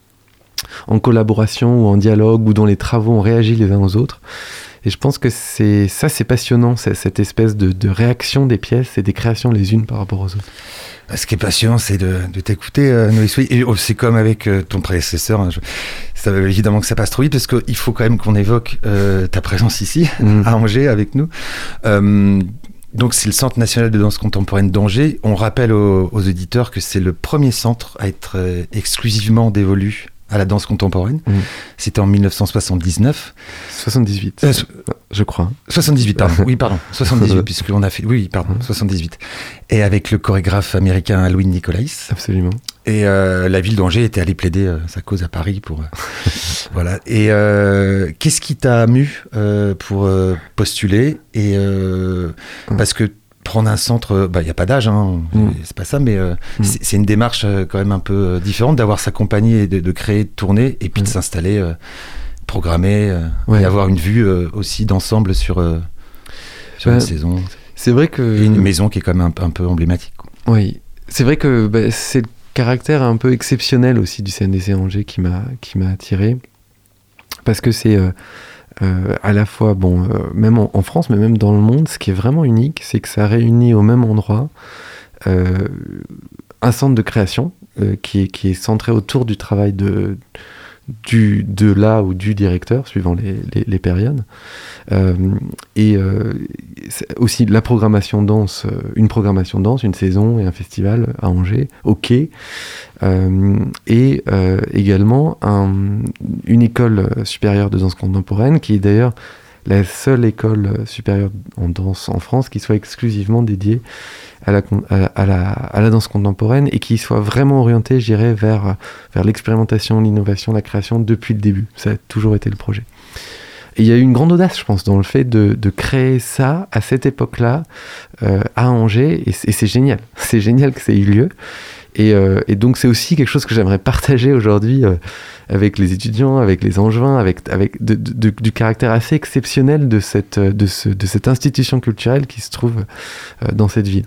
en collaboration ou en dialogue, ou dont les travaux ont réagi les uns aux autres. Et je pense que c'est ça, c'est passionnant, c'est cette espèce de, de réaction des pièces et des créations les unes par rapport aux autres. Ce qui est passionnant, c'est de, de t'écouter, euh, Noé Souilly. Et oh, c'est comme avec euh, ton prédécesseur. Hein, je, ça, évidemment que ça passe trop vite, parce qu'il faut quand même qu'on évoque euh, ta présence ici, mmh. à Angers, avec nous. Euh, donc, c'est le Centre national de danse contemporaine d'Angers. On rappelle aux, aux auditeurs que c'est le premier centre à être euh, exclusivement dévolu à la danse contemporaine. Mmh. C'était en dix-neuf cent soixante-dix-neuf. soixante-dix-huit, euh, so- je crois. soixante-dix-huit, pardon. Oui, pardon. soixante-dix-huit, puisqu'on a fait... Oui, pardon, soixante-dix-huit. Et avec le chorégraphe américain Alwyn Nicolais. Absolument. Et euh, la ville d'Angers était allée plaider euh, sa cause à Paris pour... Euh, voilà. Et euh, qu'est-ce qui t'a mu euh, pour euh, postuler et euh, mmh. Parce que prendre un centre, bah, il n'y a pas d'âge, hein, mmh. c'est pas ça, mais euh, mmh. c'est, c'est une démarche euh, quand même un peu euh, différente d'avoir sa compagnie et de, de créer, de tourner, et puis mmh. de s'installer, euh, programmer, euh, ouais. et avoir une vue euh, aussi d'ensemble sur, euh, sur bah, une saison. C'est vrai que... Et une maison qui est quand même un, un peu emblématique. Quoi. Oui, c'est vrai que bah, c'est le caractère un peu exceptionnel aussi du C N D C Angers qui m'a, qui m'a attiré, parce que c'est... Euh, Euh, à la fois, bon, euh, même en, en France, mais même dans le monde, ce qui est vraiment unique, c'est que ça réunit au même endroit euh, un centre de création euh, qui, est, qui est centré autour du travail de, du, de là ou du directeur, suivant les, les, les périodes. Euh, et euh, aussi la programmation danse, une programmation danse, une saison et un festival à Angers, au Quai. Euh, et euh, également un, une école supérieure de danse contemporaine qui est d'ailleurs la seule école supérieure en danse en France qui soit exclusivement dédiée à la, à la, à la, à la danse contemporaine et qui soit vraiment orientée, je dirais, vers, vers l'expérimentation, l'innovation, la création depuis le début. Ça a toujours été le projet. Et il y a eu une grande audace, je pense, dans le fait de, de créer ça à cette époque-là euh, à Angers, et, et c'est génial. C'est génial que ça ait eu lieu. Et, euh, et donc c'est aussi quelque chose que j'aimerais partager aujourd'hui euh, avec les étudiants, avec les Angevins, avec, avec de, de, de, du caractère assez exceptionnel de cette, de, ce, de cette institution culturelle qui se trouve euh, dans cette ville.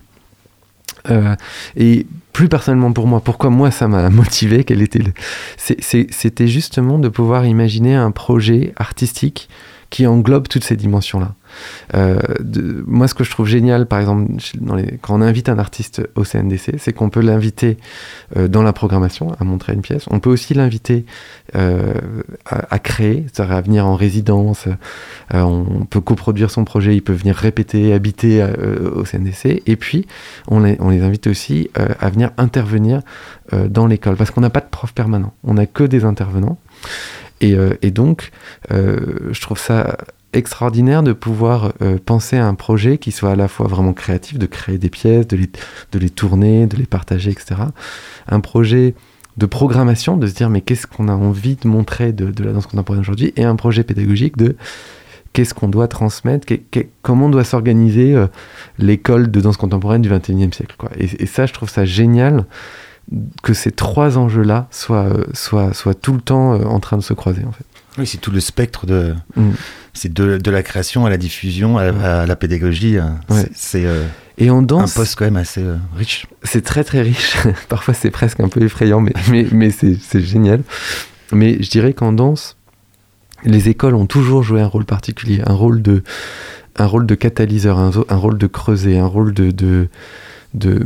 Euh, et plus personnellement pour moi, pourquoi moi ça m'a motivé, quel était le... c'est, c'est, c'était justement de pouvoir imaginer un projet artistique qui englobe toutes ces dimensions-là. Euh, de, moi, ce que je trouve génial, par exemple, dans les, quand on invite un artiste au C N D C, c'est qu'on peut l'inviter euh, dans la programmation, à montrer une pièce. On peut aussi l'inviter euh, à, à créer, c'est-à-dire à venir en résidence. Euh, on peut coproduire son projet, il peut venir répéter, habiter euh, au C N D C. Et puis, on les, on les invite aussi euh, à venir intervenir euh, dans l'école, parce qu'on n'a pas de prof permanent, on n'a que des intervenants. Et, euh, et donc, euh, je trouve ça extraordinaire de pouvoir euh, penser à un projet qui soit à la fois vraiment créatif, de créer des pièces, de les, de les tourner, de les partager, et cetera. Un projet de programmation, de se dire mais qu'est-ce qu'on a envie de montrer de, de la danse contemporaine aujourd'hui, et un projet pédagogique de qu'est-ce qu'on doit transmettre, qu'est, qu'est, comment doit s'organiser euh, l'école de danse contemporaine du vingt et unième siècle, quoi. Et, et ça, je trouve ça génial que ces trois enjeux-là soient, soient, soient tout le temps en train de se croiser, en fait. Oui, c'est tout le spectre de... Mm. C'est de, de la création à la diffusion, à, ouais. à la pédagogie. Ouais. C'est, c'est euh, et on danse, un poste quand même assez euh, riche. C'est très très riche. Parfois, c'est presque un peu effrayant, mais, mais, mais c'est, c'est génial. Mais je dirais qu'en danse, les écoles ont toujours joué un rôle particulier, un rôle de, un rôle de catalyseur, un, un rôle de creuset, un rôle de... de De,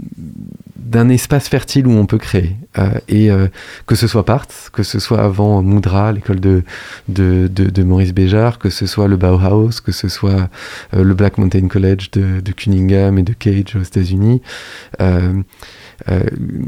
d'un espace fertile où on peut créer. Euh, et euh, que ce soit Partz, que ce soit avant Moudra, l'école de, de, de, de Maurice Béjart, que ce soit le Bauhaus, que ce soit euh, le Black Mountain College de, de Cunningham et de Cage aux États-Unis. Euh, euh,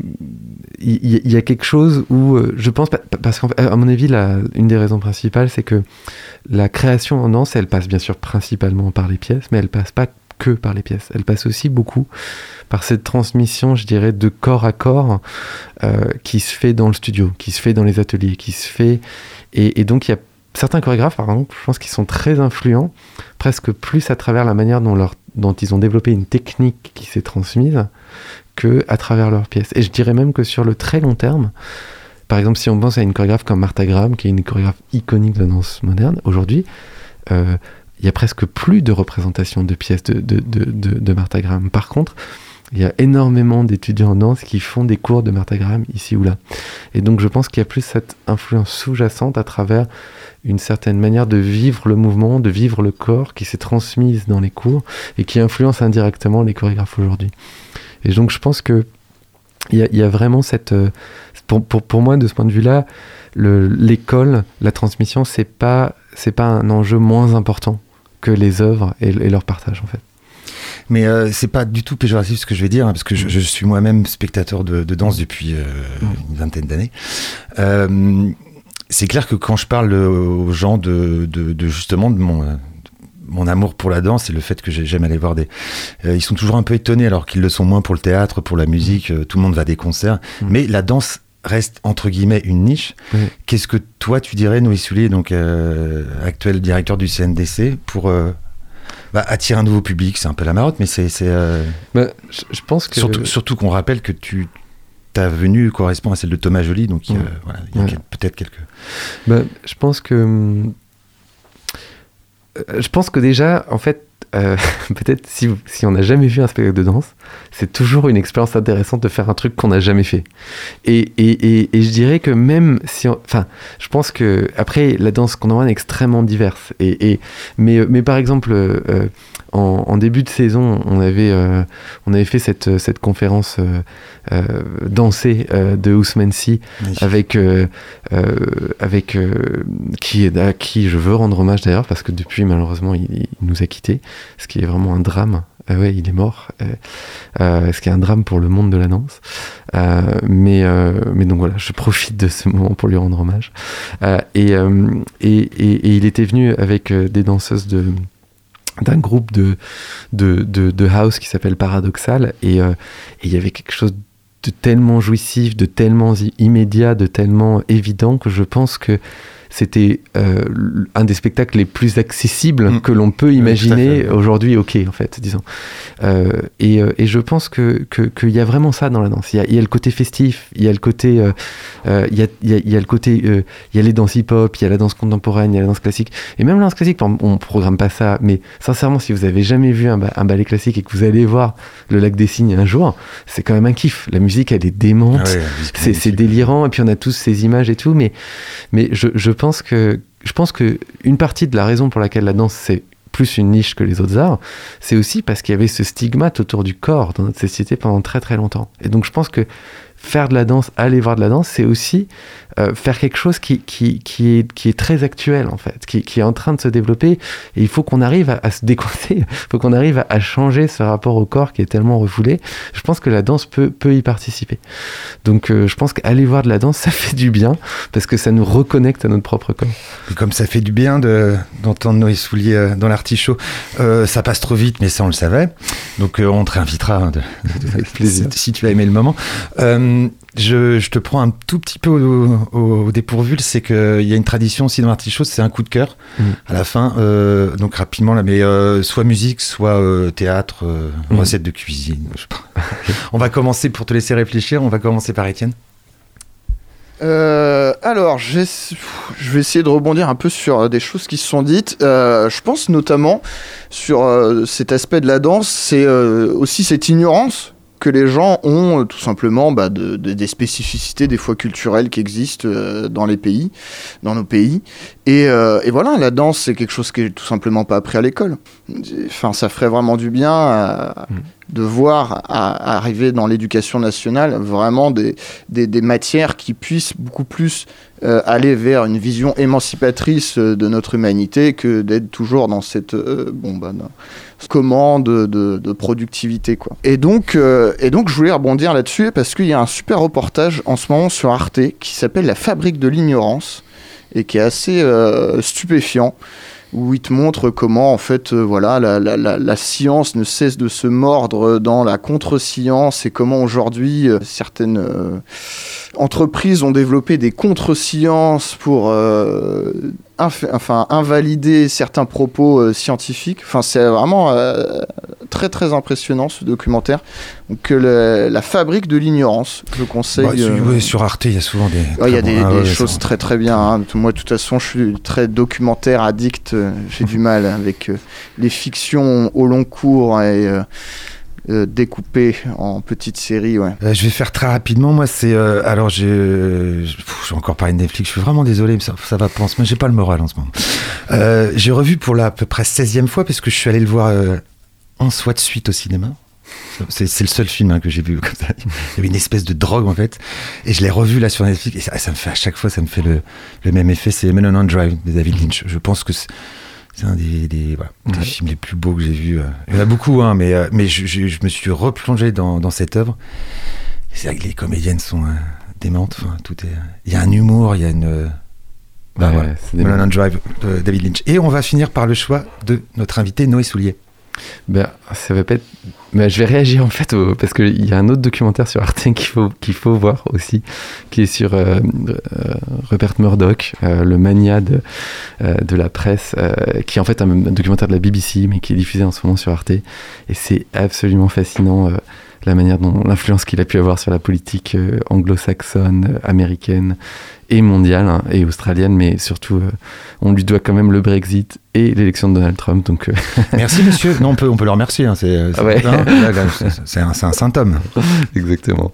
y, y a quelque chose où, euh, je pense, parce qu'à mon avis, la, une des raisons principales, c'est que la création en danse, elle passe bien sûr principalement par les pièces, mais elle passe pas que par les pièces. Elle passe aussi beaucoup par cette transmission, je dirais, de corps à corps euh, qui se fait dans le studio, qui se fait dans les ateliers, qui se fait... Et, et donc, il y a certains chorégraphes, par exemple, je pense qu'ils sont très influents, presque plus à travers la manière dont, leur, dont ils ont développé une technique qui s'est transmise qu'à travers leurs pièces. Et je dirais même que sur le très long terme, par exemple, si on pense à une chorégraphe comme Martha Graham, qui est une chorégraphe iconique de la danse moderne, aujourd'hui, euh, il y a presque plus de représentation de pièces de, de, de, de, de Martha Graham. Par contre, Il y a énormément d'étudiants en danse qui font des cours de Martha Graham ici ou là. Et donc je pense qu'il y a plus cette influence sous-jacente à travers une certaine manière de vivre le mouvement, de vivre le corps qui s'est transmise dans les cours et qui influence indirectement les chorégraphes aujourd'hui. Et donc je pense que il y a, il y a vraiment cette... Pour, pour, pour moi, de ce point de vue-là, le, l'école, la transmission, c'est pas, c'est pas un enjeu moins important que les œuvres et, et leur partage, en fait. Mais euh, c'est pas du tout péjoratif ce que je vais dire, hein, parce que je, je suis moi-même spectateur de, de danse depuis euh, mmh. une vingtaine d'années. Euh, c'est clair que quand je parle aux gens de, de, de justement de mon, de mon amour pour la danse et le fait que j'aime aller voir des... Euh, ils sont toujours un peu étonnés, alors qu'ils le sont moins pour le théâtre, pour la musique, euh, tout le monde va à des concerts. Mmh. Mais la danse reste, entre guillemets, une niche. Mmh. Qu'est-ce que toi, tu dirais, Noé Soulier, donc euh, actuel directeur du C N D C, pour... Euh, Bah, attirer un nouveau public, c'est un peu la marotte, mais c'est... c'est euh... bah, je, je pense que... Surtout, surtout qu'on rappelle que tu, ta venue correspond à celle de Thomas Joly, donc il y a, mmh. voilà, il y a ouais. quel, peut-être quelques... Bah, je pense que... Euh, je pense que déjà, en fait, euh, peut-être si, si on n'a jamais vu un spectacle de danse, c'est toujours une expérience intéressante de faire un truc qu'on n'a jamais fait. Et, et, et, et je dirais que même si... Enfin, je pense que... Après, la danse contemporaine est extrêmement diverse. Et, et, mais, mais par exemple, euh, en, en début de saison, on avait, euh, on avait fait cette, cette conférence euh, euh, dansée euh, de Ousmane Sy, oui. avec, euh, euh, avec euh, qui, à qui je veux rendre hommage d'ailleurs, parce que depuis, malheureusement, il, il nous a quittés. Ce qui est vraiment un drame. Euh, ouais, il est mort. Euh, euh, ce qui est un drame pour le monde de la danse. Euh, mais, euh, mais donc voilà, je profite de ce moment pour lui rendre hommage. Euh, et, euh, et, et, et il était venu avec euh, des danseuses de, d'un groupe de, de, de, de house qui s'appelle Paradoxal. Et, euh, et il y avait quelque chose de tellement jouissif, de tellement immédiat, de tellement évident que je pense que c'était euh, un des spectacles les plus accessibles mmh. que l'on peut imaginer oui, aujourd'hui, ok, en fait, disons. Euh, et, et je pense que, que, qu'il y a vraiment ça dans la danse. Il y a, il y a le côté festif, il y a le côté, euh, euh, il, y a, il, y a, il y a le côté, euh, il y a les danses hip-hop, il y a la danse contemporaine, il y a la danse classique. Et même la danse classique, on ne programme pas ça, mais sincèrement, si vous avez jamais vu un, ba- un ballet classique et que vous allez voir le Lac des Cygnes un jour, c'est quand même un kiff. La musique, elle est démente, ah ouais, c'est, c'est délirant, et puis on a tous ces images et tout, mais, mais je, je Je pense que je pense que une partie de la raison pour laquelle la danse c'est plus une niche que les autres arts, c'est aussi parce qu'il y avait ce stigmate autour du corps dans notre société pendant très très longtemps. Et donc je pense que faire de la danse, aller voir de la danse, c'est aussi euh, faire quelque chose qui, qui, qui, est, qui est très actuel, en fait, qui, qui est en train de se développer. Et il faut qu'on arrive à, à se décoincer, il faut qu'on arrive à, à changer ce rapport au corps qui est tellement refoulé. Je pense que la danse peut, peut y participer. Donc euh, je pense qu'aller voir de la danse, ça fait du bien, parce que ça nous reconnecte à notre propre corps. Et comme ça fait du bien de, d'entendre Noé Soulier dans l'Artichaut, euh, ça passe trop vite, mais ça on le savait. Donc euh, on te réinvitera hein, de, de, de, Avec plaisir. Si, si tu as aimé le moment. Euh, Je, je te prends un tout petit peu au, au, au dépourvu, c'est qu'il y a une tradition aussi dans l'Artichaut, c'est un coup de cœur mmh. à la fin, euh, donc rapidement là, mais euh, soit musique, soit euh, théâtre, euh, mmh. recette de cuisine. Je sais pas. On va commencer, pour te laisser réfléchir, on va commencer par Étienne. Euh, alors, je vais essayer de rebondir un peu sur des choses qui se sont dites. Euh, je pense notamment sur euh, cet aspect de la danse, c'est euh, aussi cette ignorance que les gens ont euh, tout simplement bah, de, de, des spécificités des fois culturelles qui existent euh, dans les pays, dans nos pays. Et, euh, et voilà, la danse, c'est quelque chose qui est tout simplement pas appris à l'école. Enfin, ça ferait vraiment du bien à, mmh. de voir à, à arriver dans l'éducation nationale vraiment des, des, des matières qui puissent beaucoup plus euh, aller vers une vision émancipatrice de notre humanité que d'être toujours dans cette euh, bon bah dans, commande de, de productivité quoi. Et donc euh, et donc je voulais rebondir là-dessus parce qu'il y a un super reportage en ce moment sur Arte qui s'appelle La fabrique de l'ignorance et qui est assez euh, stupéfiant, où il te montre comment en fait euh, voilà la, la, la, la science ne cesse de se mordre dans la contre-science et comment aujourd'hui euh, certaines euh, entreprises ont développé des contre-sciences pour euh, inf- enfin invalider certains propos euh, scientifiques. Enfin c'est vraiment euh, très très impressionnant ce documentaire. Donc euh, le, la fabrique de l'ignorance, je conseille. Bah, sur, euh, ouais, sur Arte, il y a souvent des. Il ouais, y a des, bon, des ah, ouais, choses très très bien. Hein. Moi, de toute façon, je suis très documentaire addict. J'ai du mal avec euh, les fictions au long cours et euh, euh, découpé en petites séries. Ouais. Euh, je vais faire très rapidement. Moi, c'est euh, alors j'ai, euh, je vais encore parler de Netflix. Je suis vraiment désolé, mais ça, ça va pas en ce moment. J'ai pas le moral en ce moment. Euh, j'ai revu pour la à peu près seizième fois parce que je suis allé le voir euh, onze fois de suite au cinéma. C'est, c'est le seul film hein, que j'ai vu comme ça. Il y avait une espèce de drogue en fait, et je l'ai revu là sur Netflix. Et ça, ça me fait à chaque fois, ça me fait le, le même effet. C'est Mulholland Drive de David Lynch. Je pense que c'est, c'est un des, des, voilà, des ouais. films les plus beaux que j'ai vus. Il y en a beaucoup, hein, mais, euh, mais je, je, je me suis replongé dans, dans cette œuvre. C'est vrai que les comédiennes sont euh, démentes. Enfin, tout est. Il y a un humour, il y a une. Euh, bah, ouais, voilà. Mulholland Drive de David Lynch. Et on va finir par le choix de notre invité Noé Soulier. Ben, ça va pas être... ben, je vais réagir en fait au... parce qu'il y a un autre documentaire sur Arte qu'il faut, qu'il faut voir aussi, qui est sur euh, euh, Rupert Murdoch, euh, le mania de, euh, de la presse, euh, qui est en fait un, un documentaire de la B B C mais qui est diffusé en ce moment sur Arte, et c'est absolument fascinant euh, la manière dont l'influence qu'il a pu avoir sur la politique euh, anglo-saxonne, euh, américaine et mondiale hein, et australienne, mais surtout euh, on lui doit quand même le Brexit et l'élection de Donald Trump. Donc euh... merci monsieur. Non, on peut on peut le remercier. Hein, c'est c'est, ah ouais. hein, là, là, c'est, c'est, un, c'est un saint homme. Exactement.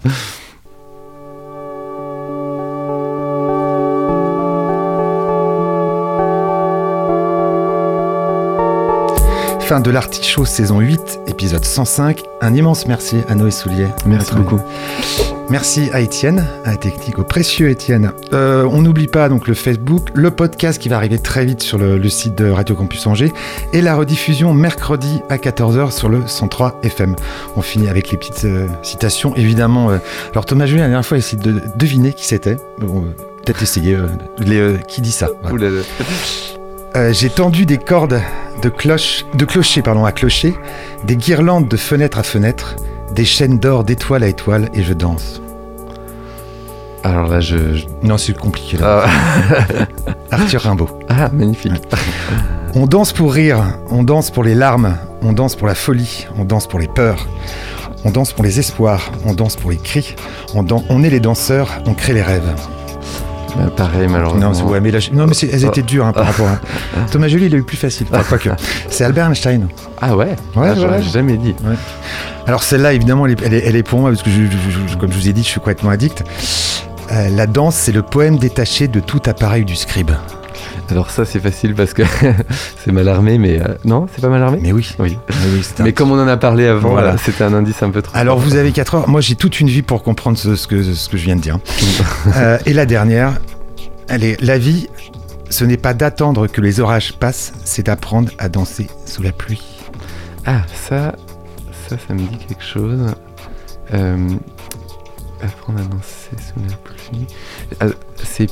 Fin de l'Artichaut saison huit, épisode cent cinq. Un immense merci à Noé Soulier. Merci beaucoup. Merci à Étienne, à la technique, au précieux Étienne. Euh, on n'oublie pas donc le Facebook, le podcast qui va arriver très vite sur le, le site de Radio Campus Angers et la rediffusion mercredi à quatorze heures sur le cent trois F M. On finit avec les petites euh, citations, évidemment. Euh, alors Thomas Julien, la dernière fois, il a essayé de deviner qui c'était. Bon, euh, peut-être essayer. Euh, les, euh, qui dit ça voilà. euh, J'ai tendu des cordes de, cloche, de clocher pardon, à clocher, des guirlandes de fenêtre à fenêtre, des chaînes d'or d'étoile à étoile, et je danse. Alors là, je... je... Non, c'est compliqué. Là. Ah. Arthur Rimbaud. Ah, magnifique. On danse pour rire, on danse pour les larmes, on danse pour la folie, on danse pour les peurs, on danse pour les espoirs, on danse pour les cris, on, dan- on est les danseurs, on crée les rêves. Bah, pareil, malheureusement. Non, c'est, ouais, mais, là, non, mais c'est, elles étaient dures hein, par rapport à... Thomas Joly, il a eu plus facile. Enfin, quoi que. C'est Albert Einstein. Ah ouais, ouais ah, j'aurais ouais. jamais dit. Ouais. Alors celle-là, évidemment, elle est, elle est, elle est pour moi, parce que je, je, je, comme je vous ai dit, je suis complètement addict. Euh, la danse, c'est le poème détaché de tout appareil du scribe. Alors ça, c'est facile parce que c'est Mallarmé, mais... Euh, non, c'est pas Mallarmé ? Mais oui. Oui. Mais, oui, mais un... comme on en a parlé avant, voilà. Voilà, c'était un indice un peu trop... Alors vous avez quatre heures. Moi, j'ai toute une vie pour comprendre ce, ce, que, ce que je viens de dire. euh, et la dernière... Allez, la vie, ce n'est pas d'attendre que les orages passent, c'est d'apprendre à danser sous la pluie. Ah, ça, ça, ça me dit quelque chose. Euh, apprendre à danser sous la pluie. Ah, c'est,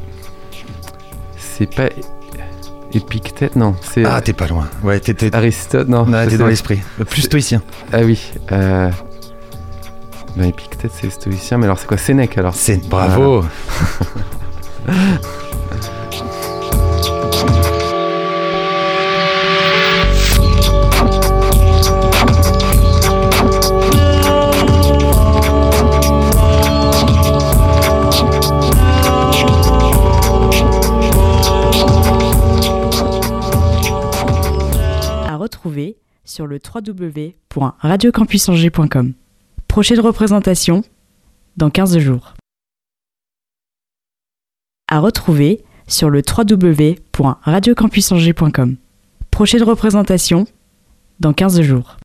c'est pas Épictète, non. C'est ah, t'es pas loin. Ouais, t'es, t'es... Aristote, non. non t'es dans ça. l'esprit. Plus c'est... stoïcien. Ah oui. Euh... Bah, Épictète, c'est stoïcien, mais alors c'est quoi Sénèque alors C'est bravo. À retrouver sur le w w w point radio campus angers point com. Prochaine représentation dans quinze jours. À retrouver sur le w w w point radio campus angers point com. Prochaine représentation dans quinze jours.